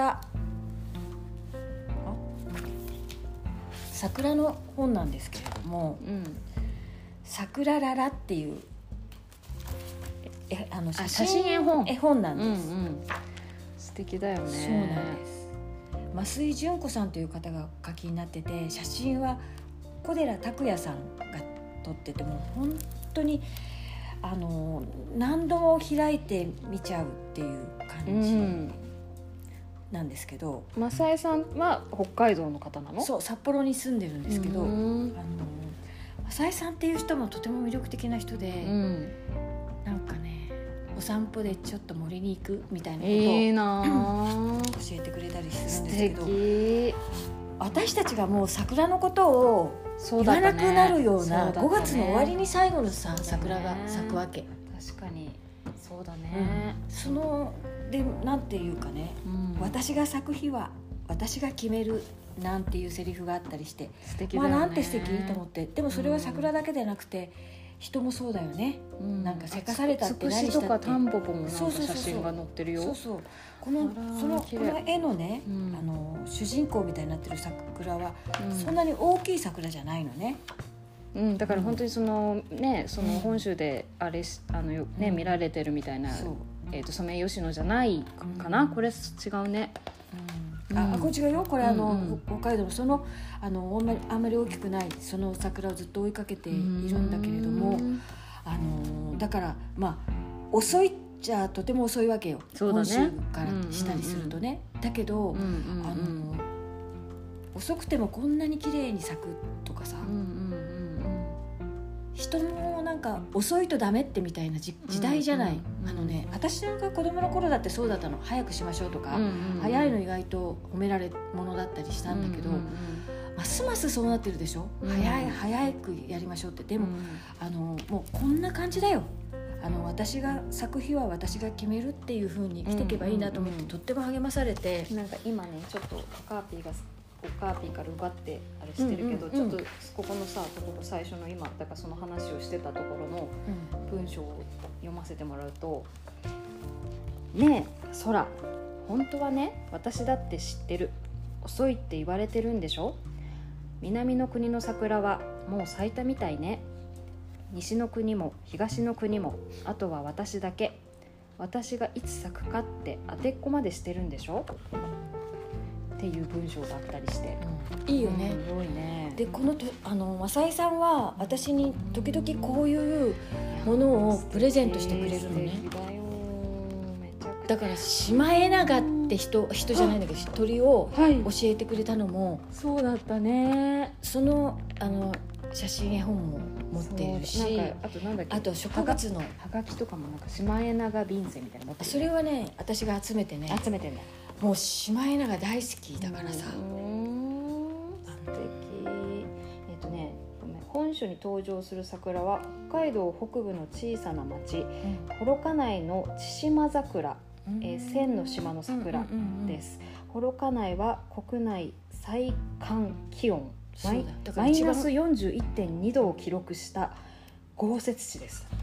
Speaker 1: 桜の本なんですけれども、桜ララっていう写真絵本なんです。
Speaker 2: 素敵だよね。
Speaker 1: そうなんです。増井純子さんという方がお書きになってて、写真は小寺拓也さんが撮ってて、もう本当に何度も開いて見ちゃうっていう感じなんですけど、
Speaker 2: 正江さんは北海道の方なの？
Speaker 1: そう、札幌に住んでるんですけど、正江さんっていう人もとても魅力的な人で、なんかね、お散歩でちょっと森に行くみたいなことを教えてくれたりするんですけど、私たちがもう桜のことを言わなくなるような5月の終わりに最後の桜が咲くわけ。
Speaker 2: 確かにそうだね。
Speaker 1: そのでなんていうかね、私が咲く日は私が決めるなんていうセリフがあったりして、
Speaker 2: 素敵だよね。
Speaker 1: なんて素敵と思って。でもそれは桜だけでなくて、人もそうだよね。なんかせかされたって何したって、
Speaker 2: つくしとかタンポポもなんか写真が載ってるよ。この
Speaker 1: 絵のね、主人公みたいになってる桜は、そんなに大きい桜じゃないのね。
Speaker 2: だから本当にその本州であれ見られてるみたいな、ソメイヨシノじゃないかな、これ違うね。
Speaker 1: これ違うよ、これ北海道のそのあんまり大きくないその桜をずっと追いかけているんだけれども、だから遅いっちゃとても遅いわけよ、本州からしたりするとね。だけど、遅くてもこんなに綺麗に咲くとかさ、人もなんか遅いとダメってみたいな時代じゃない。私が子供の頃だってそうだったの。早くしましょうとか、早いの意外と褒められるものだったりしたんだけど、ますますそうなってるでしょ。早くやりましょうって。でも、もうこんな感じだよ。私が咲く日は私が決めるっていう風に生きていけばいいなと思って、とっても励まされて、
Speaker 2: なんか今ねちょっとカーピーから奪ってあれしてるけど、ちょっとここのさ、ここ最初の今だからその話をしてたところの文章を読ませてもらうと、ねえ空、本当はね私だって知ってる、遅いって言われてるんでしょ。南の国の桜はもう咲いたみたいね。西の国も東の国も、あとは私だけ。私がいつ咲くかって当てっこまでしてるんでしょっていう文章があったりして、
Speaker 1: いいよね。
Speaker 2: すごいね。
Speaker 1: でこの正井さんは私に時々こういうものをプレゼントしてくれるのね。だからシマエナガって人じゃないんだけど、鳥を教えてくれたのも、
Speaker 2: そうだったね。
Speaker 1: その写真絵本も持っているし、あと植物の
Speaker 2: はがきとかもなんかシマエナガ便箋みたいなの持ってる、
Speaker 1: それはね私が集めてね、もうシマエナガ大好きだからさ。
Speaker 2: 素敵。本書に登場する桜は北海道北部の小さな町、幌加内の千島桜、千の島の桜です。幌加内は国内最寒気温マイナス 41.2 度を記録した豪雪地です。だって、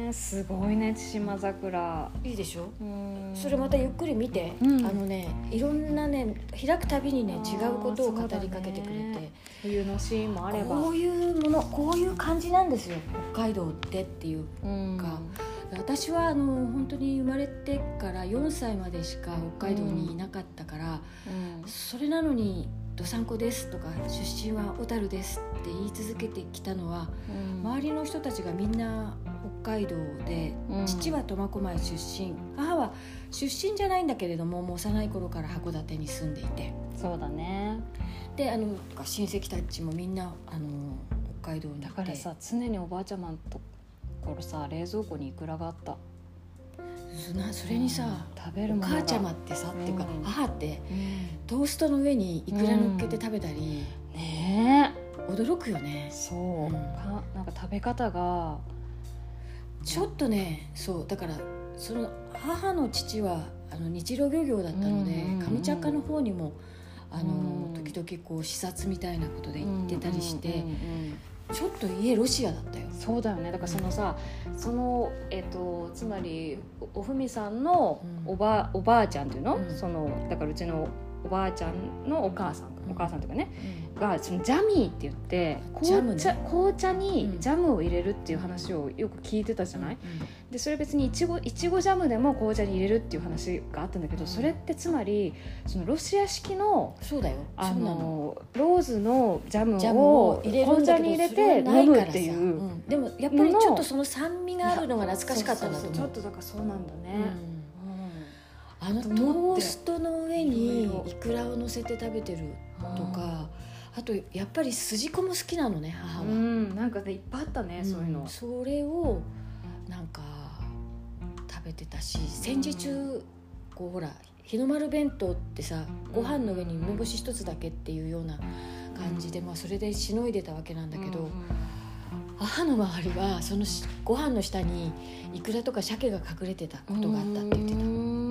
Speaker 2: すごいね。千島桜
Speaker 1: いいでしょ。それまたゆっくり見て、いろんなね、開くたびにね違うことを語りかけてくれて、
Speaker 2: 冬のシーンもあれば、
Speaker 1: こういうもの、こういう感じなんですよ北海道ってっていうか、私は本当に生まれてから4歳までしか北海道にいなかったから、それなのにどさんこですとか出身は小樽ですって言い続けてきたのは、周りの人たちがみんな北海道で、父は苫小牧出身、母は出身じゃないんだけれども、もう幼い頃から函館に住んでいて、
Speaker 2: そうだね。
Speaker 1: で親戚たちもみんな北海道にいて、
Speaker 2: だからさ、常におばあちゃまのところさ、冷蔵庫にイクラがあった。
Speaker 1: それにさ、
Speaker 2: 食べるものが、
Speaker 1: 母ちゃまってさ、っていうか母って、トーストの上にイクラ乗っけて食べたり、
Speaker 2: ねえ、
Speaker 1: 驚くよね。
Speaker 2: そう、なんか食べ方が
Speaker 1: ちょっとね、そうだからその母の父は日露漁業だったので、上茶化の方にも時々こう視察みたいなことで行ってたりして、ちょっと家ロシアだったよ。
Speaker 2: そうだよね。だからそのさ、つまりおふみさんのおばあちゃんっていうの、だからうちのおばあちゃんのお母さんとかね、がそのジャミーって言って紅茶にジャムを入れるっていう話をよく聞いてたじゃない、でそれ別にいちごジャムでも紅茶に入れるっていう話があったんだけど、それってつまりそのロシア式の
Speaker 1: そうだよ、
Speaker 2: ローズのジャムを紅茶に入れて飲むっていう、
Speaker 1: でもやっぱりちょっとその酸味があるのが懐かしかったんだと思う。
Speaker 2: ちょっとだからそうなんだね。
Speaker 1: トーストの上にイクラを乗せて食べてるとか、あとやっぱり筋子も好きなのね、母は。
Speaker 2: なんかね、いっぱいあったね、そういうの。
Speaker 1: それをなんか食べてたし、戦時中こうほら日の丸弁当ってさ、ご飯の上に梅干し一つだけっていうような感じで、それでしのいでたわけなんだけど、母の周りはそのご飯の下にイクラとか鮭が隠れてたことがあったって言ってた。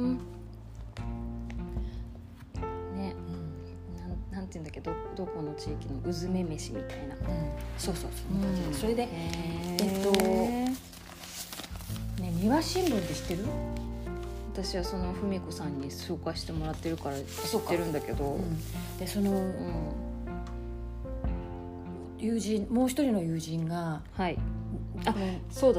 Speaker 2: なんていうんだけど、どこの地域のうずめ飯みたいな、
Speaker 1: そうそんな感じで、それで庭新聞って知ってる？
Speaker 2: 私はその文子さんに紹介してもらってるから知ってるんだけど、
Speaker 1: で友人、もう一人の友人が、
Speaker 2: はい、あ、そうだ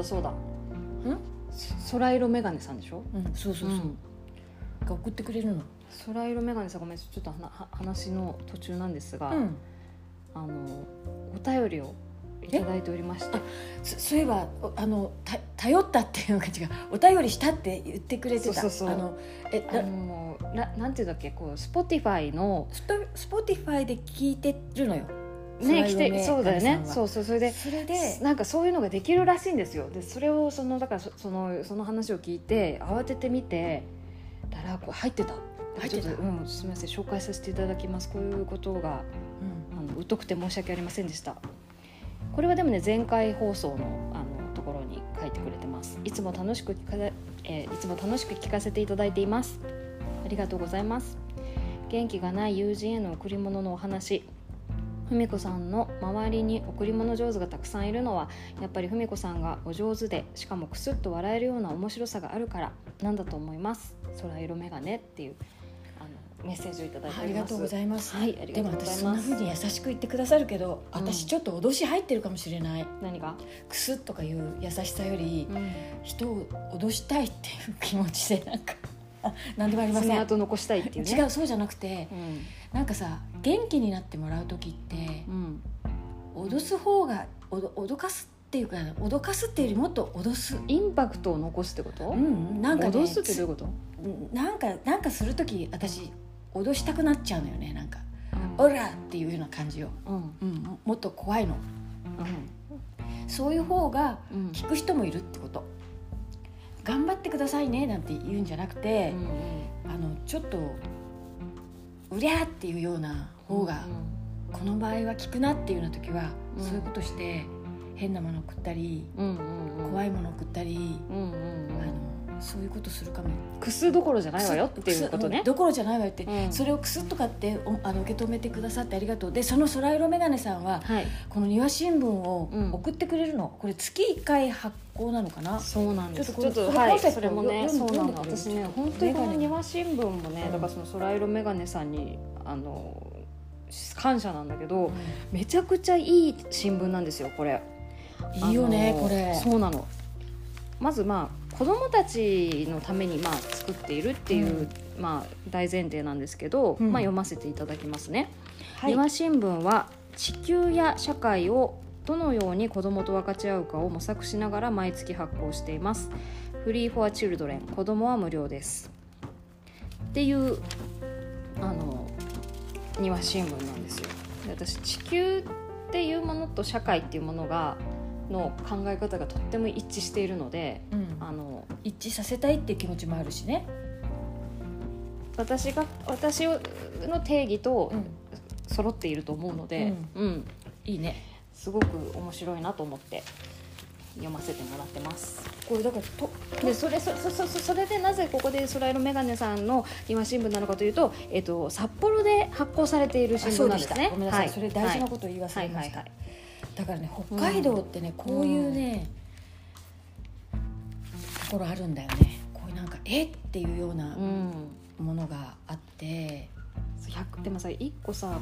Speaker 2: 空色メガネさんでしょ。
Speaker 1: そう、が送ってくれるの。
Speaker 2: 空色メガネさん、ごめんちょっと話の途中なんですが、お便りをいただいておりまして、
Speaker 1: そういえば頼ったっていうのが違う、お便りしたって言ってくれてた。
Speaker 2: なんていうんだっけ、こう Spotify
Speaker 1: で聞いてるのよ
Speaker 2: ね、来て、そうだよね、そうそれでなんかそういうのができるらしいんですよ。でそれをだからその話を聞いて慌ててみてたら、こう入ってた。ちょっと、すみません、紹介させていただきます。こういうことが、疎くて申し訳ありませんでした。これはでもね、前回放送のところに書いてくれてます。いつも楽しく聞かせていただいています。ありがとうございます。元気がない友人への贈り物のお話。文子さんの周りに贈り物上手がたくさんいるのは、やっぱり文子さんがお上手で、しかもクスッと笑えるような面白さがあるからなんだと思います。空色メガネっていうメッセージをいただいております。
Speaker 1: ありがとうございます。
Speaker 2: はい、ありがとうございます。
Speaker 1: でも私そんな風に優しく言ってくださるけど、私ちょっと脅し入ってるかもしれない。
Speaker 2: 何が？
Speaker 1: クスッとかいう優しさより、人を脅したいっていう気持ちで、なんか何でもありません。
Speaker 2: 爪痕残したいっていうね。
Speaker 1: 違う、そうじゃなくて、なんかさ、元気になってもらう時って、脅す方が脅かすっていうか、脅かすっていうよりもっと脅す、
Speaker 2: インパクトを残すってこと？
Speaker 1: なんかね、
Speaker 2: 脅すってどういうこと？
Speaker 1: なんかする時私脅したくなっちゃうのよね。なんか、オラっていうような感じを、もっと怖いの、そういう方が聞く人もいるってこと。頑張ってくださいねなんて言うんじゃなくて、ちょっとうりゃーっていうような方が、この場合は聞くなっていうような時は、そういうことして変なものを食ったり、怖いものを食ったり、そういうことするかも。
Speaker 2: クスどころじゃないわよっていうことね。
Speaker 1: どころじゃないわよって、それをクスとかって受け止めてくださってありがとう。でその空色メガネさんは、この庭新聞を送ってくれるの。これ月1回発行なのかな。
Speaker 2: そうなんです。
Speaker 1: ちょっと
Speaker 2: それもね、そうなの。私ね、本当にこの庭新聞もね、だからその空色メガネさんに感謝なんだけど、めちゃくちゃいい新聞なんですよこれ。
Speaker 1: いいよねこれ。
Speaker 2: そうなの。まず子どもたちのために作っているっていう、大前提なんですけど、読ませていただきますね。庭新聞は地球や社会をどのように子どもと分かち合うかを模索しながら毎月発行しています。フリーフォアチルドレン、子どもは無料ですっていう庭新聞なんですよ。で、私地球っていうものと社会っていうものがの考え方がとっても一致しているので、
Speaker 1: 一致させたいっていう気持ちもあるしね。
Speaker 2: 私の定義と揃っていると思うので、
Speaker 1: いいね。
Speaker 2: すごく面白いなと思って読ませてもらってます。
Speaker 1: これだから
Speaker 2: でそれでなぜここで空色メガネさんの庭新聞なのかというと、札幌で発行されている新聞なんですね。
Speaker 1: ごめんなさい、それ大事なことを言い忘れました。だからね、北海道ってね、こういうね、ところあるんだよね。こういうなんかっていうようなものがあって、
Speaker 2: でもさ、1個さ、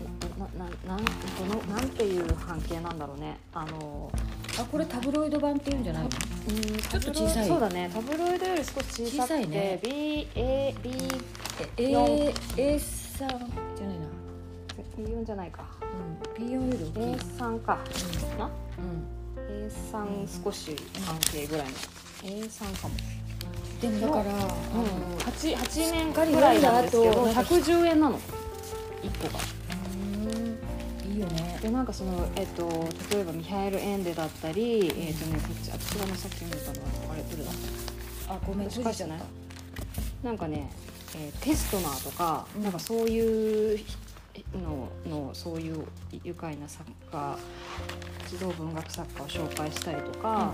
Speaker 2: なんていう半径なんだろうね。
Speaker 1: これタブロイド版っていうんじゃないの？ちょっと小さい。
Speaker 2: そうだね、タブロイドより少し小さくて、ね、
Speaker 1: A3 じゃないな。
Speaker 2: P4 じゃないか。
Speaker 1: P4 より大きい。
Speaker 2: A3 か。A3 少し半径ぐらいの A3 かも。
Speaker 1: でもだから
Speaker 2: 8年ぐらいなんですけど、110円なの1個が。
Speaker 1: いいよね。
Speaker 2: でなんか例えばミハエル・エンデだったり、こっち私がさっき読んでたのはあれどれだった？
Speaker 1: ごめん、
Speaker 2: 閉じちゃない。なんかね、テストナーとか、なんかそういうのそういう愉快な作家、児童文学作家を紹介したりとか。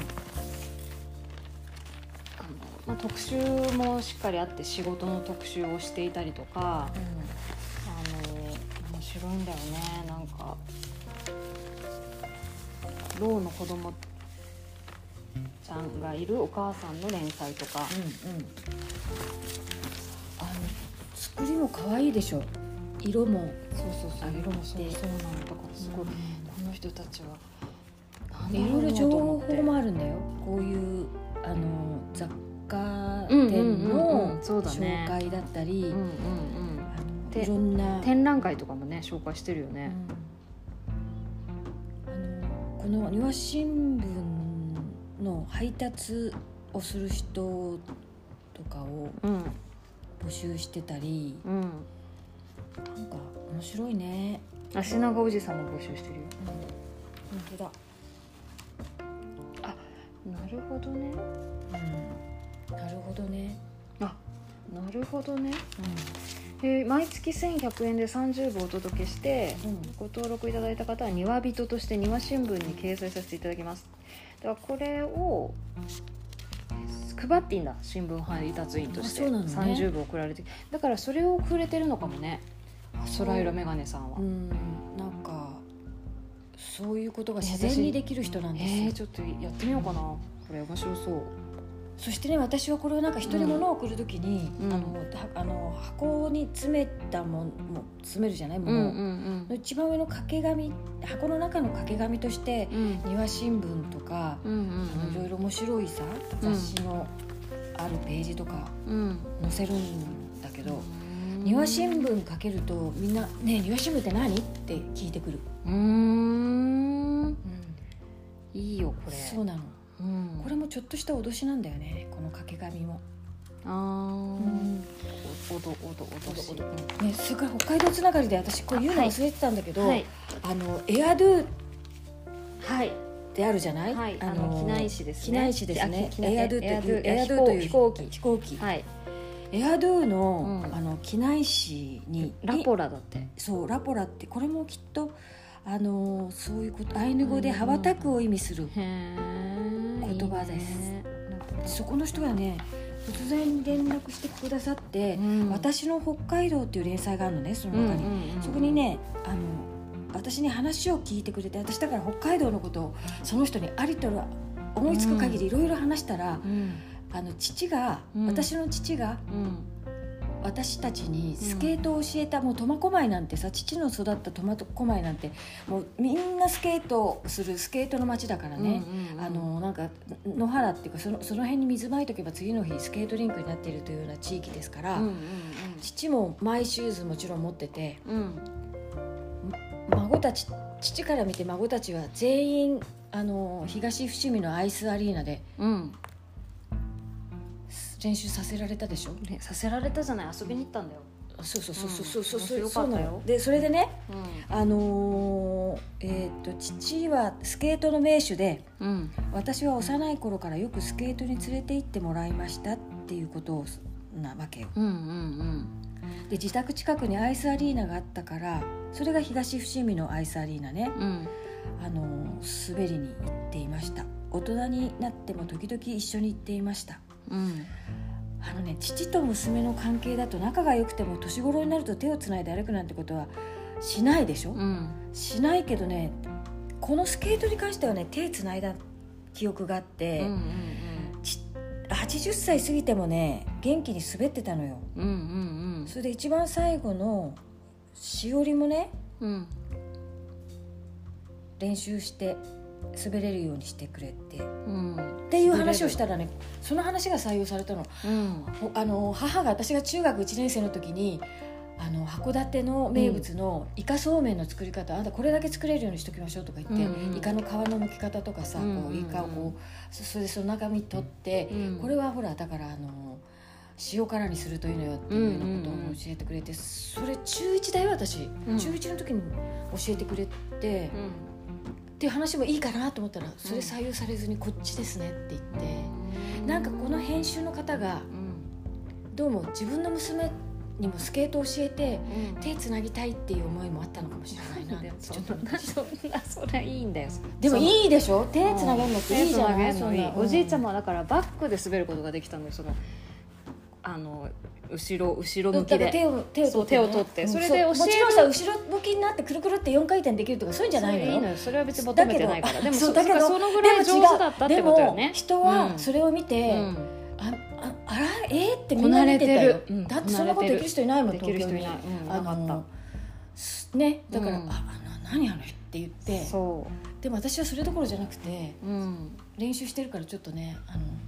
Speaker 2: 特集もしっかりあって、仕事の特集をしていたりとか、面白いんだよね。なんかろうの子供ちゃんがいるお母さんの連載とか、
Speaker 1: 作りも可愛いでしょ。 色も
Speaker 2: そう色もそうなんだからすごい、この人たちはい
Speaker 1: ろいろ情報もあるんだよ。こういう雑貨店の紹介だったり、いろんな
Speaker 2: 展覧会とかもね紹介してるよね。
Speaker 1: この庭新聞の配達をする人とかを募集してたり、なんか面白いね。
Speaker 2: 足長おじさんも募集してるよ。
Speaker 1: 本当だ。
Speaker 2: なるほどね。
Speaker 1: なるほどね。
Speaker 2: なるほどね。毎月1100円で30部お届けして、ご登録いただいた方は庭人として庭新聞に掲載させていただきます。だからこれを配っていいんだ、新聞配達員として、30部送られて、だからそれをくれてるのかもね、空色メガネさんは。
Speaker 1: なんかそういうことが自然にできる人なんですよ。
Speaker 2: ちょっとやってみようかな、これ面白そう。
Speaker 1: そしてね、私はこれをなんか人に物を送るときに、箱に詰めたもの詰めるじゃないもの、の一番上の掛け紙、箱の中の掛け紙として、庭新聞とか、いろいろ面白いさ雑誌のあるページとか載せるんだけど、庭新聞かけるとみんな「ねえ庭新聞って何?」って聞いてくる。
Speaker 2: いいよこれ。
Speaker 1: そうなの。これもちょっとした脅しなんだよね、この掛け紙も。
Speaker 2: 脅し。
Speaker 1: ね、それから北海道つながりで私これ言うの忘れてたんだけど、エアドゥってあるじゃない？
Speaker 2: 機内紙ですね。
Speaker 1: 機内紙ですね。エアドゥっていうエアドゥという飛行機。エアドゥの機内紙に
Speaker 2: ラポラだって。
Speaker 1: そうラポラって、これもきっとそういうこと、アイヌ語で羽ばたくを意味する言葉です。そこの人がね突然連絡してくださって、私の北海道っていう連載があるのね、その中に、そこにね私に話を聞いてくれて、私だから北海道のことをその人にありと思いつく限りいろいろ話したら、私の父が、私たちにスケートを教えた、もう苫小牧なんてさ、父の育った苫小牧なんてもうみんなスケートするスケートの街だからね、なんか野原っていうかその辺に水まいとけば次の日スケートリンクになっているというような地域ですから、父もマイシューズもちろん持ってて、孫たち、父から見て孫たちは全員東伏見のアイスアリーナで、練習させられたでしょ。
Speaker 2: させられたじゃない、遊びに行ったんだよ。
Speaker 1: そうなの。でそれでね、父はスケートの名手で、私は幼い頃からよくスケートに連れて行ってもらいましたっていうことなわけよ。で自宅近くにアイスアリーナがあったから、それが東伏見のアイスアリーナね、滑りに行っていました。大人になっても時々一緒に行っていました。父と娘の関係だと仲が良くても年頃になると手をつないで歩くなんてことはしないでしょ、しないけどね、このスケートに関してはね手つないだ記憶があって、80歳過ぎてもね元気に滑ってたのよ、それで一番最後のしおりもね、練習して滑れるようにしてくれて、っていう話をしたらね、その話が採用されたの、母が、私が中学1年生の時に函館の名物のイカそうめんの作り方、あんたこれだけ作れるようにしときましょうとか言って、イカの皮の剥き方とかさ、こうイカをこうそれでその中身取って、これはほらだから塩辛にするといいのよっていうようなことを教えてくれて、それ中1だよ私、中1の時に教えてくれて、っていう話もいいかなと思ったら、それ採用されずにこっちですねって言って、なんかこの編集の方がどうも自分の娘にもスケートを教えて手つなぎたいっていう思いもあったのかもしれないなってちょっと
Speaker 2: それはいいんだよ。
Speaker 1: でもいいでしょ、手つなげるのっていいじゃない。
Speaker 2: おじいちゃまはだからバックで滑ることができたのよ、後ろ向きで手を取って、それで教える。もちろんさ後ろ向きになってくるくるって4回転できるとかそういうんじゃないのよ。いいのよ、それは別に求めてないから。でもそのぐらい上手だったってことよね。
Speaker 1: でも人はそれを見て、ってみんな見てたよ。だってそんなことできる人いないもん、
Speaker 2: できる人いない。
Speaker 1: ね、だから、何あのって言って、
Speaker 2: そう
Speaker 1: でも私はそれどころじゃなくて、練習してるからちょっとね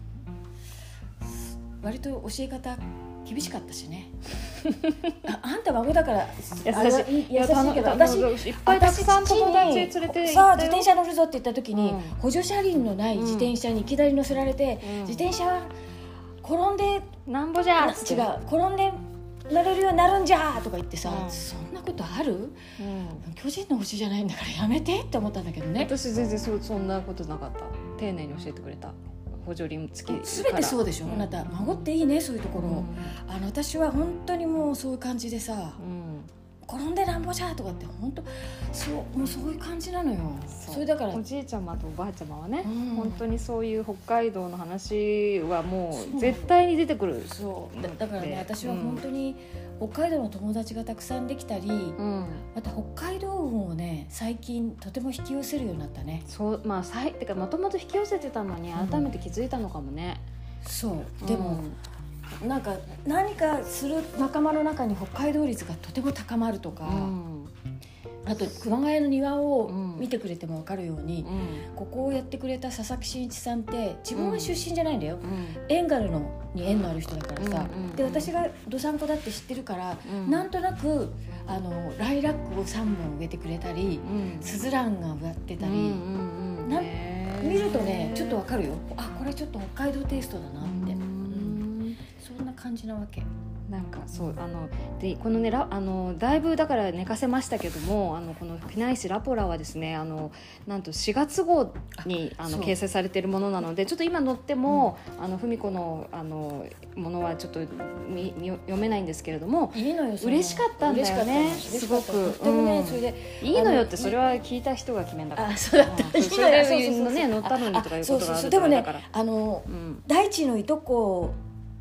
Speaker 1: 割と教え方厳しかったしねあんた孫だから
Speaker 2: 優しいけど、
Speaker 1: 私
Speaker 2: いっぱいたくさん友達連れて行ったよ。
Speaker 1: さあ自転車乗るぞって言った時に、補助車輪のない自転車にいきなり乗せられて、自転車は転んで
Speaker 2: なんぼじゃ
Speaker 1: 違う転んで乗れるようになるんじゃとか言ってさ、そんなことある、巨人の星じゃないんだからやめてって思ったんだけどね。
Speaker 2: 私全然そんなことなかった。丁寧に教えてくれた。補助輪付き
Speaker 1: 全てそうでしょ、あなた孫っていいね、そういうところ、私は本当にもうそういう感じでさ、転んでなんぼじゃとかって本当もうそういう感じなのよ。それだから
Speaker 2: おじいちゃまとおばあちゃまはね、本当にそういう北海道の話はもう絶対に出てくる。
Speaker 1: そうだからね、私は本当に北海道の友達がたくさんできたり、また北海道運をね最近とても引き寄せるようになったね。
Speaker 2: そうてかもともと引き寄せてたのに改めて気づいたのかもね。
Speaker 1: そうでも、なんか何かする仲間の中に北海道率がとても高まるとか、あと熊谷の庭を見てくれても分かるように、ここをやってくれた佐々木真一さんって自分は出身じゃないんだよ、エンガルに縁のある人だからさ、で私がどさんこだって知ってるから、なんとなくライラックを3本植えてくれたり、スズランが植わってたり、見るとねちょっと分かるよ、これちょっと北海道テイストだなって、そんな感じなわけ。
Speaker 2: なんかそうでこのねだいぶだから寝かせましたけども、このフィナイシラポラはですねなんと4月号に掲載されているものなので、ちょっと今載っても文子のものはちょっと読めないんですけれども、
Speaker 1: いいのよ、
Speaker 2: 嬉しかったんだよね、すごく。
Speaker 1: でもね、それで
Speaker 2: いいのよってそれは聞いた人が決めんだから。
Speaker 1: そうだった。
Speaker 2: それでね載ったのにとかいうことがある
Speaker 1: でもね、
Speaker 2: ら
Speaker 1: 大地のいとこ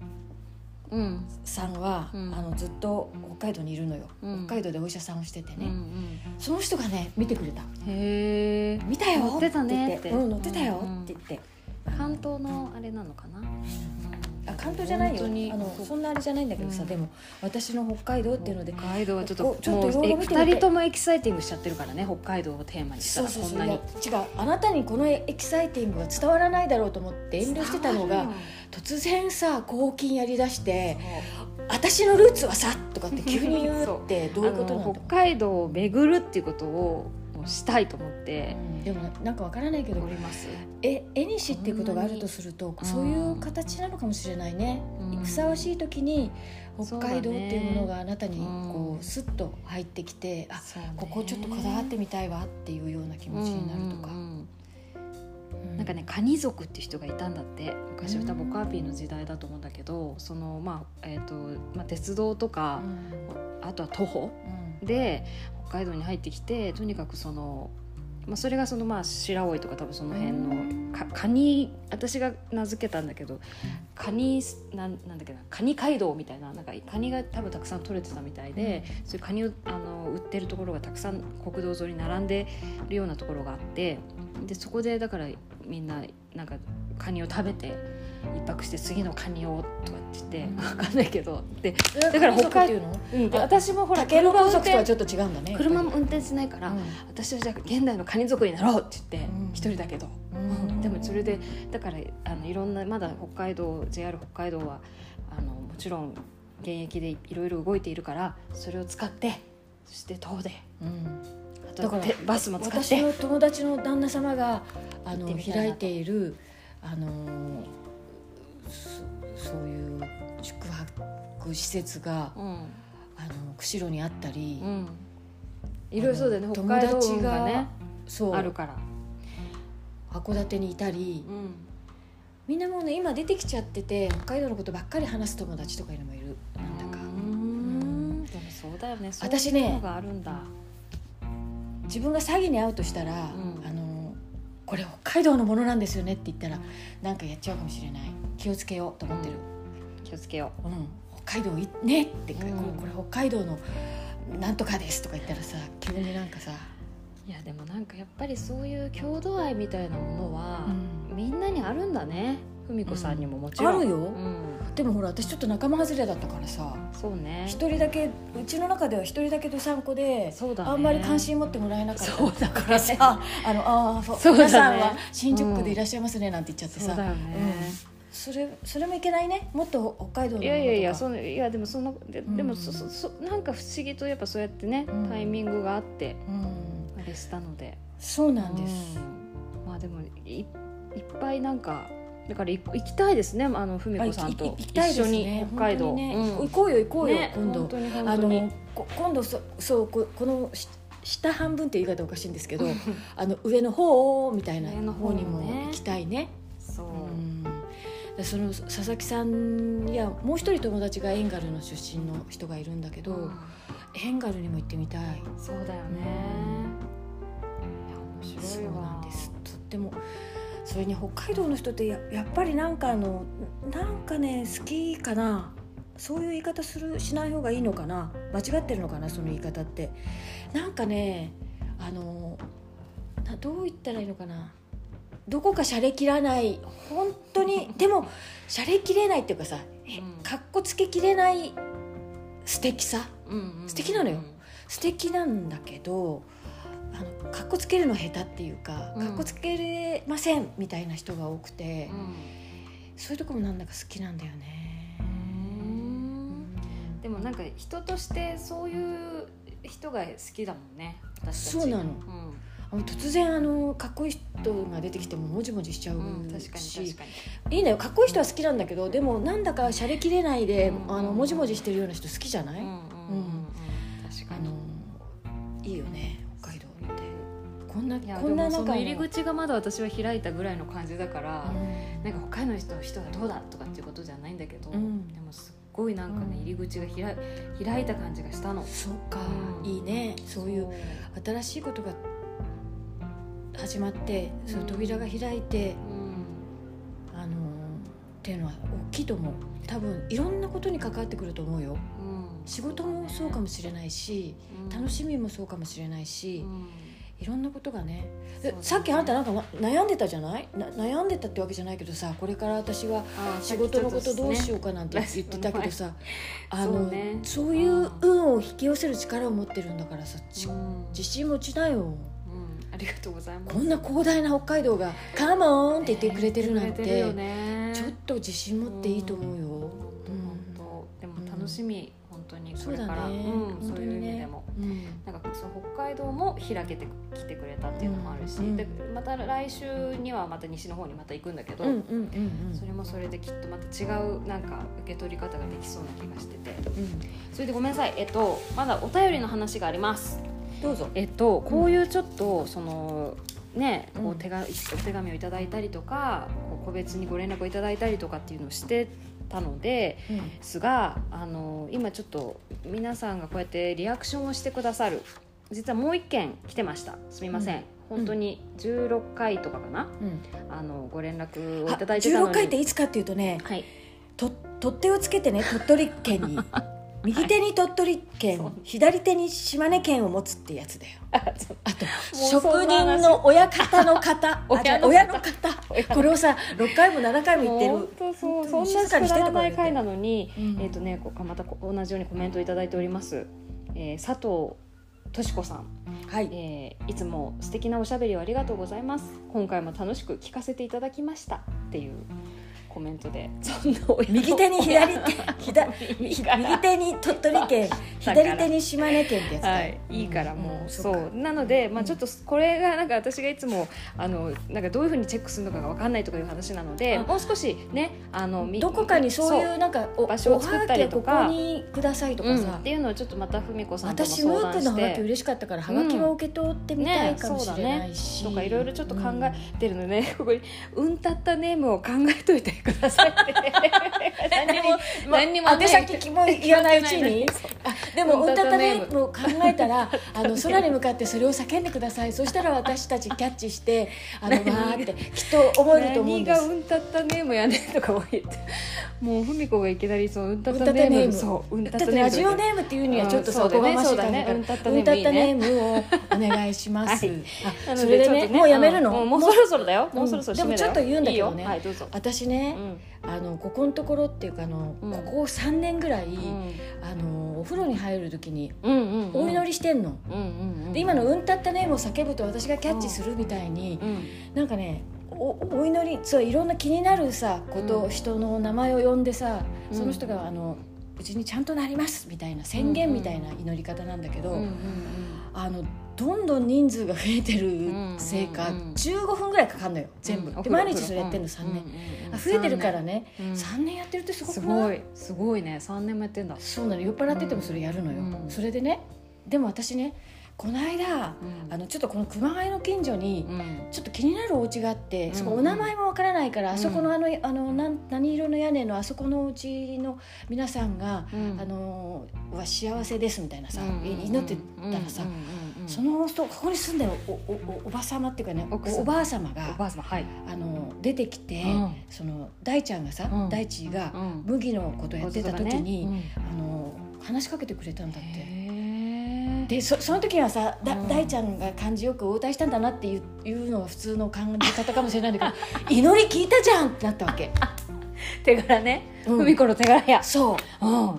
Speaker 1: さんは、ずっと北海道にいるのよ、北海道でお医者さんをしててね、その人がね見てくれた。
Speaker 2: へ
Speaker 1: 見たよ
Speaker 2: 乗ってたねって、
Speaker 1: 乗ってたよって言って、
Speaker 2: 関東のあれなのかな。
Speaker 1: 関東じゃないよ、そんなあれじゃないんだけどさ、でも私の北海道っていうので、
Speaker 2: 北海道はちょっともう2人ともエキサイティングしちゃってるからね、北海道をテーマにしたら。
Speaker 1: そんなに違う、あなたにこのエキサイティングは伝わらないだろうと思って遠慮してたのが、突然さ抗菌やりだして私のルーツはさとかって急に言うってどういうことなんだろう。
Speaker 2: 北海道を巡るっていうことをしたいと思って、
Speaker 1: でもなんかわからないけど、絵にしっていうことがあるとすると、そういう形なのかもしれないね、ふさわしい時に北海道っていうものがあなたにこうスッと入ってきて、ここちょっとこだわってみたいわっていうような気持ちになるとか、
Speaker 2: なんかね、カニ族っていう人がいたんだって。昔は多分カーピーの時代だと思うんだけど、その鉄道とか、あとは徒歩で北海道に入ってきて、とにかくそれが白老とか多分その辺のカニ、私が名付けたんだけど、カニなんだっけな、カニ街道みたいな、なんかカニが多分たくさん取れてたみたいで、そういうカニを売ってるところがたくさん国道沿いに並んでるようなところがあって、でそこでだからみんななんかカニを食べて一泊して次のカニをとかって言って、分かんないけど、でだから北海道、私もほら
Speaker 1: 竹の家族とはちょっと違うんだね。
Speaker 2: 車も運転しないから、私はじゃあ現代のカニ族になろうって言って一人だけど、でもそれでだからいろんなまだJR 北海道はもちろん現役でいろいろ動いているから、それを使って、そして徒歩で、
Speaker 1: だから
Speaker 2: バスも使って、
Speaker 1: 私の友達の旦那様が開いているそういう宿泊施設が、釧路にあったり、
Speaker 2: いろいろそうだよね、北海道運がねあるから、
Speaker 1: 函館にいたり、みんなもうね今出てきちゃってて、北海道のことばっかり話す友達とかいうのもいる。なんだか
Speaker 2: でもそうだよね、
Speaker 1: 私ね、
Speaker 2: そういうのがあるんだ。
Speaker 1: 自分が詐欺に遭うとしたら、これ北海道のものなんですよねって言ったら、なんかやっちゃうかもしれない。気をつけようと思ってる。
Speaker 2: 気をつけよう。
Speaker 1: 北海道ねって、これ北海道のなんとかですとか言ったらさ、急になんかさ、
Speaker 2: いやでもなんかやっぱりそういう郷土愛みたいなものは、みんなにあるんだね。文子さんにももちろん
Speaker 1: あるよ。 でもほら私ちょっと仲間外れだったからさ、
Speaker 2: そうね、
Speaker 1: 一人だけうちの中では一人だけどさんこで、
Speaker 2: そうだね、
Speaker 1: あんまり関心持ってもらえなかった
Speaker 2: そうだ
Speaker 1: からさ、
Speaker 2: そうだね、
Speaker 1: 皆さんは新宿区でいらっしゃいますねなんて言っちゃってさ、
Speaker 2: そうだよね、
Speaker 1: それもいけないね。もっと北海道のものとか、
Speaker 2: いやでもそのでもなんか不思議とやっぱそうやってね、タイミングがあって、あれしたので、
Speaker 1: そうなんです、
Speaker 2: まあでも いっぱいなんかだから行きたいですね、ふみこさんと一緒に北海道、
Speaker 1: 行こうよ、ね、今度
Speaker 2: 本当に
Speaker 1: 今度そうこの下半分って言い方おかしいんですけど上の方みたいな方にも行きたいね。
Speaker 2: そう、
Speaker 1: その佐々木さんやもう一人友達がエンガルの出身の人がいるんだけど、エンガルにも行ってみたい。
Speaker 2: そうだよね、いや面白いわ。
Speaker 1: そうなんです。とってもそれに北海道の人ってやっぱりなんかね好きかな。そういう言い方しない方がいいのかな、間違ってるのかな、その言い方って。なんかねどう言ったらいいのかな、どこかシャレ切らない本当にでもシャレ切れないっていうかさ、かっこつけきれない素敵さ、素敵なのよ、素敵なんだけどかっこつけるの下手っていうか、かっこつけれませんみたいな人が多くて、そういうとこもなんだか好きなんだよね。
Speaker 2: でもなんか人としてそういう人が好きだもんね、私たち。
Speaker 1: そうなの、突然かっこいい人が出てきてももじもじしちゃうし、確かにいいのよ、かっこいい人は好きなんだけど、でもなんだかシャレきれないでもじもじしてるような人好きじゃない？確かにいいよね北海道って。こんな
Speaker 2: なんかその入り口がまだ私は開いたぐらいの感じだから、なんか北海道の人がどうだとかっていうことじゃないんだけど、でもすっごいなんかね、入り口が開いた感じがしたの。
Speaker 1: そうか、いいね。そういう新しいことが始まって、そういう扉が開いて、っていうのは大きいと思う。多分いろんなことに関わってくると思うよ、仕事もそうかもしれないし、楽しみもそうかもしれないし、いろんなことがね。さっきあんたなんか悩んでたじゃない？悩んでたってわけじゃないけどさ、これから私は仕事のことどうしようかなんて言ってたけどさ、そういう運を引き寄せる力を持ってるんだからさ、自信持ちなよ。
Speaker 2: ありがとうございます。
Speaker 1: こんな広大な北海道がカモーンって言ってくれてるなんて、ちょっと自信持っていいと思うよ。
Speaker 2: でも楽しみ、本当にこれから、そういう意味でも、なんかその北海道も開けてきてくれたっていうのもあるし、でまた来週にはまた西の方にまた行くんだけど、それもそれできっとまた違うなんか受け取り方ができそうな気がしてて、それでごめんなさい、まだお便りの話があります。
Speaker 1: どうぞ。
Speaker 2: こういうちょっとそのね、こうお手紙をいただいたりとか、こう個別にご連絡をいただいたりとかっていうのをしてたのですが、今ちょっと皆さんがこうやってリアクションをしてくださる、実はもう一件来てました。すみません、本当に16回とかかな、ご連絡をいただいてたのに。
Speaker 1: 16回っていつかっていうとね、取っ手をつけてね、鳥取県に右手に鳥取県、左手に島根県を持つってやつだよ。あと職人の親方の方親の方、これをさ6回も7回も言ってる。
Speaker 2: そんなくだらない回なのに、また同じようにコメントをいただいております。佐藤敏子さん、いつも素敵なおしゃべりをありがとうございます。今回も楽しく聞かせていただきましたっていうコメントで、
Speaker 1: 右手に右手に鳥取県、左手に島根県ってやつだよ。
Speaker 2: いいからもう、そうなので、ちょっとこれがなんか私がいつもなんかどういうふうにチェックするのかが分かんないとかいう話なので、もう少しね、
Speaker 1: どこかにそういうなんか
Speaker 2: 場所を作ったりとか、
Speaker 1: ここにくださいとかさ、
Speaker 2: っていうのをちょっとまたふみこさんとも
Speaker 1: 私
Speaker 2: 相談して、
Speaker 1: ムークのハガキ嬉しかったからハガキは受け取ってみたいかもしれないし、
Speaker 2: とかいろいろちょっと考えてるのでね、ここにうんたったネームを考えといてくださいって何にも
Speaker 1: 宛先も言わないうちにでもうんたったネームを考えたら空に向かってそれを叫んでください。そしたら私たちキャッチしてわーってきっと思えると思うんです。
Speaker 2: 何がうんたったネームやねんとか言って、もうふみこがいきなりうんたったネーム、そう
Speaker 1: だってラジオネームっていうにはちょっとおこがましい感じだから、うんたったネームをお願いします。それでね、もうやめるの？
Speaker 2: もうそろそろだよ。もうそろそろ締めだよ。
Speaker 1: でもちょっと言うんだけどね、
Speaker 2: はい、どうぞ。
Speaker 1: 私ねね、ここのところっていうかここ3年ぐらい、お風呂に入る時にお祈りしてんの、で今のうんたったネームを叫ぶと私がキャッチするみたいに、なんかねお祈り、そういろんな気になるさこと、人の名前を呼んでさ、その人がうちにちゃんとなりますみたいな宣言みたいな祈り方なんだけど、どんどん人数が増えてるせいか、15分ぐらいかかるのよ全部、で毎日それやってるの3年、増えてるからね、3年やってるってすごくない？
Speaker 2: すごいね、3年もやってんだ。
Speaker 1: そうなの、酔っ払っててもそれやるのよ、それでね、でも私ねこの間、ちょっとこの熊谷の近所にちょっと気になるお家があって、そこお名前もわからないから、あそこの何色の屋根のあそこのお家の皆さんが、は幸せですみたいなさ、祈ってたらさ、その人ここに住んでるおばさまっていうかね、おばあ様が出てきて、その大ちゃんがさ、大地が麦のことやってた時に、話しかけてくれたんだって。でその時はさ、大ちゃんが感じよく応対したんだなっていうのが普通の感じ方かもしれないんだけど祈り聞いたじゃんってなったわけ
Speaker 2: 手柄ね、文子の手柄や。
Speaker 1: そう、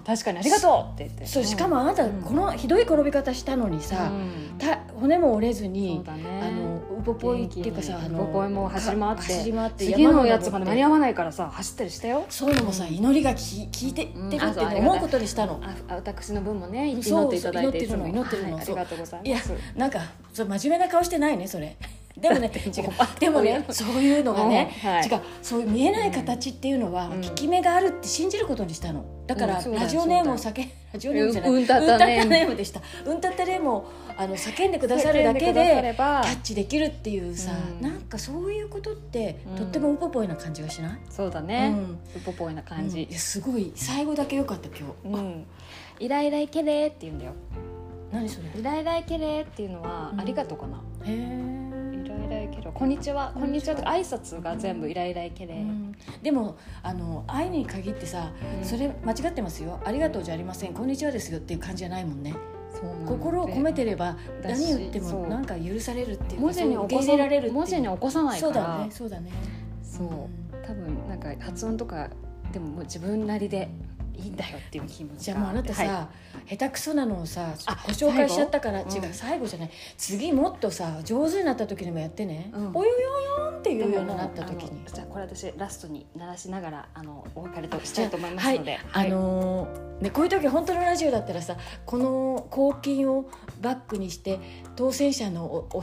Speaker 2: 確かにありがとうって言って。
Speaker 1: そう、しかもあなたこのひどい転び方したのにさ、骨も折れずに、ウポポイっていうかさ、
Speaker 2: ウポポイも走り回って
Speaker 1: 次
Speaker 2: のやつまで間に合わないからさ走ったりしたよ。
Speaker 1: そういうのもさ、祈りが効いてって思うことにしたの。
Speaker 2: 私の分もね祈っていただいて、
Speaker 1: 祈ってるの、
Speaker 2: ありがとうございます。
Speaker 1: いや、なんか真面目な顔してないねそれでもね違う、でもねそういうのがね、違う、そういう見えない形っていうのは効き目があるって信じることにしたの。だからラジオネームをラジオネームじゃない、うんたったネームでした。うんたったネームを叫んでくださるだけでキャッチできるっていうさ、なんかそういうことってとってもウポポイな感じがしない？
Speaker 2: そうだね、ウポポイな感じ。
Speaker 1: すごい最後だけ良かった今日。
Speaker 2: イライライケレーって言うんだよ。
Speaker 1: 何それ？
Speaker 2: イライライケレーっていうのはありがとうかな。
Speaker 1: へえ。
Speaker 2: イライライケレー、こんにちは、こんにちはって挨拶が全部イライライケレー。
Speaker 1: でも愛に限ってさ、それ間違ってますよ。ありがとうじゃありません、こんにちはですよっていう感じじゃないもんね。心を込めてれば何言ってもなんか許されるっていうか、
Speaker 2: 文字に
Speaker 1: 受け入れられるっていう、
Speaker 2: 文字に起こさないから。
Speaker 1: そうだね。
Speaker 2: 多分なんか発音とかでももう自分なりでいいんだよっていう気持ちが。
Speaker 1: じゃあもうあなたさ、下手くそなのをさご紹介しちゃったから、違う、最後じゃない、次もっとさ上手になった時にもやってね、およよよんっていうようになった時に。
Speaker 2: じゃあこれ私ラストに鳴らしながらお別れとしたいと思いますので、
Speaker 1: ね、こういう時本当のラジオだったらさ、この公金をバックにして当選者のお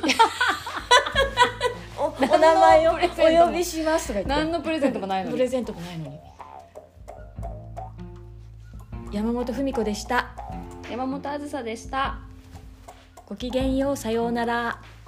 Speaker 1: 名前をお呼びしますとか言って、
Speaker 2: 何のプレゼントもないのに。
Speaker 1: プレゼントもないのに。山本文子でした。
Speaker 2: 山本あずさでした。
Speaker 1: ごきげんよう、さようなら。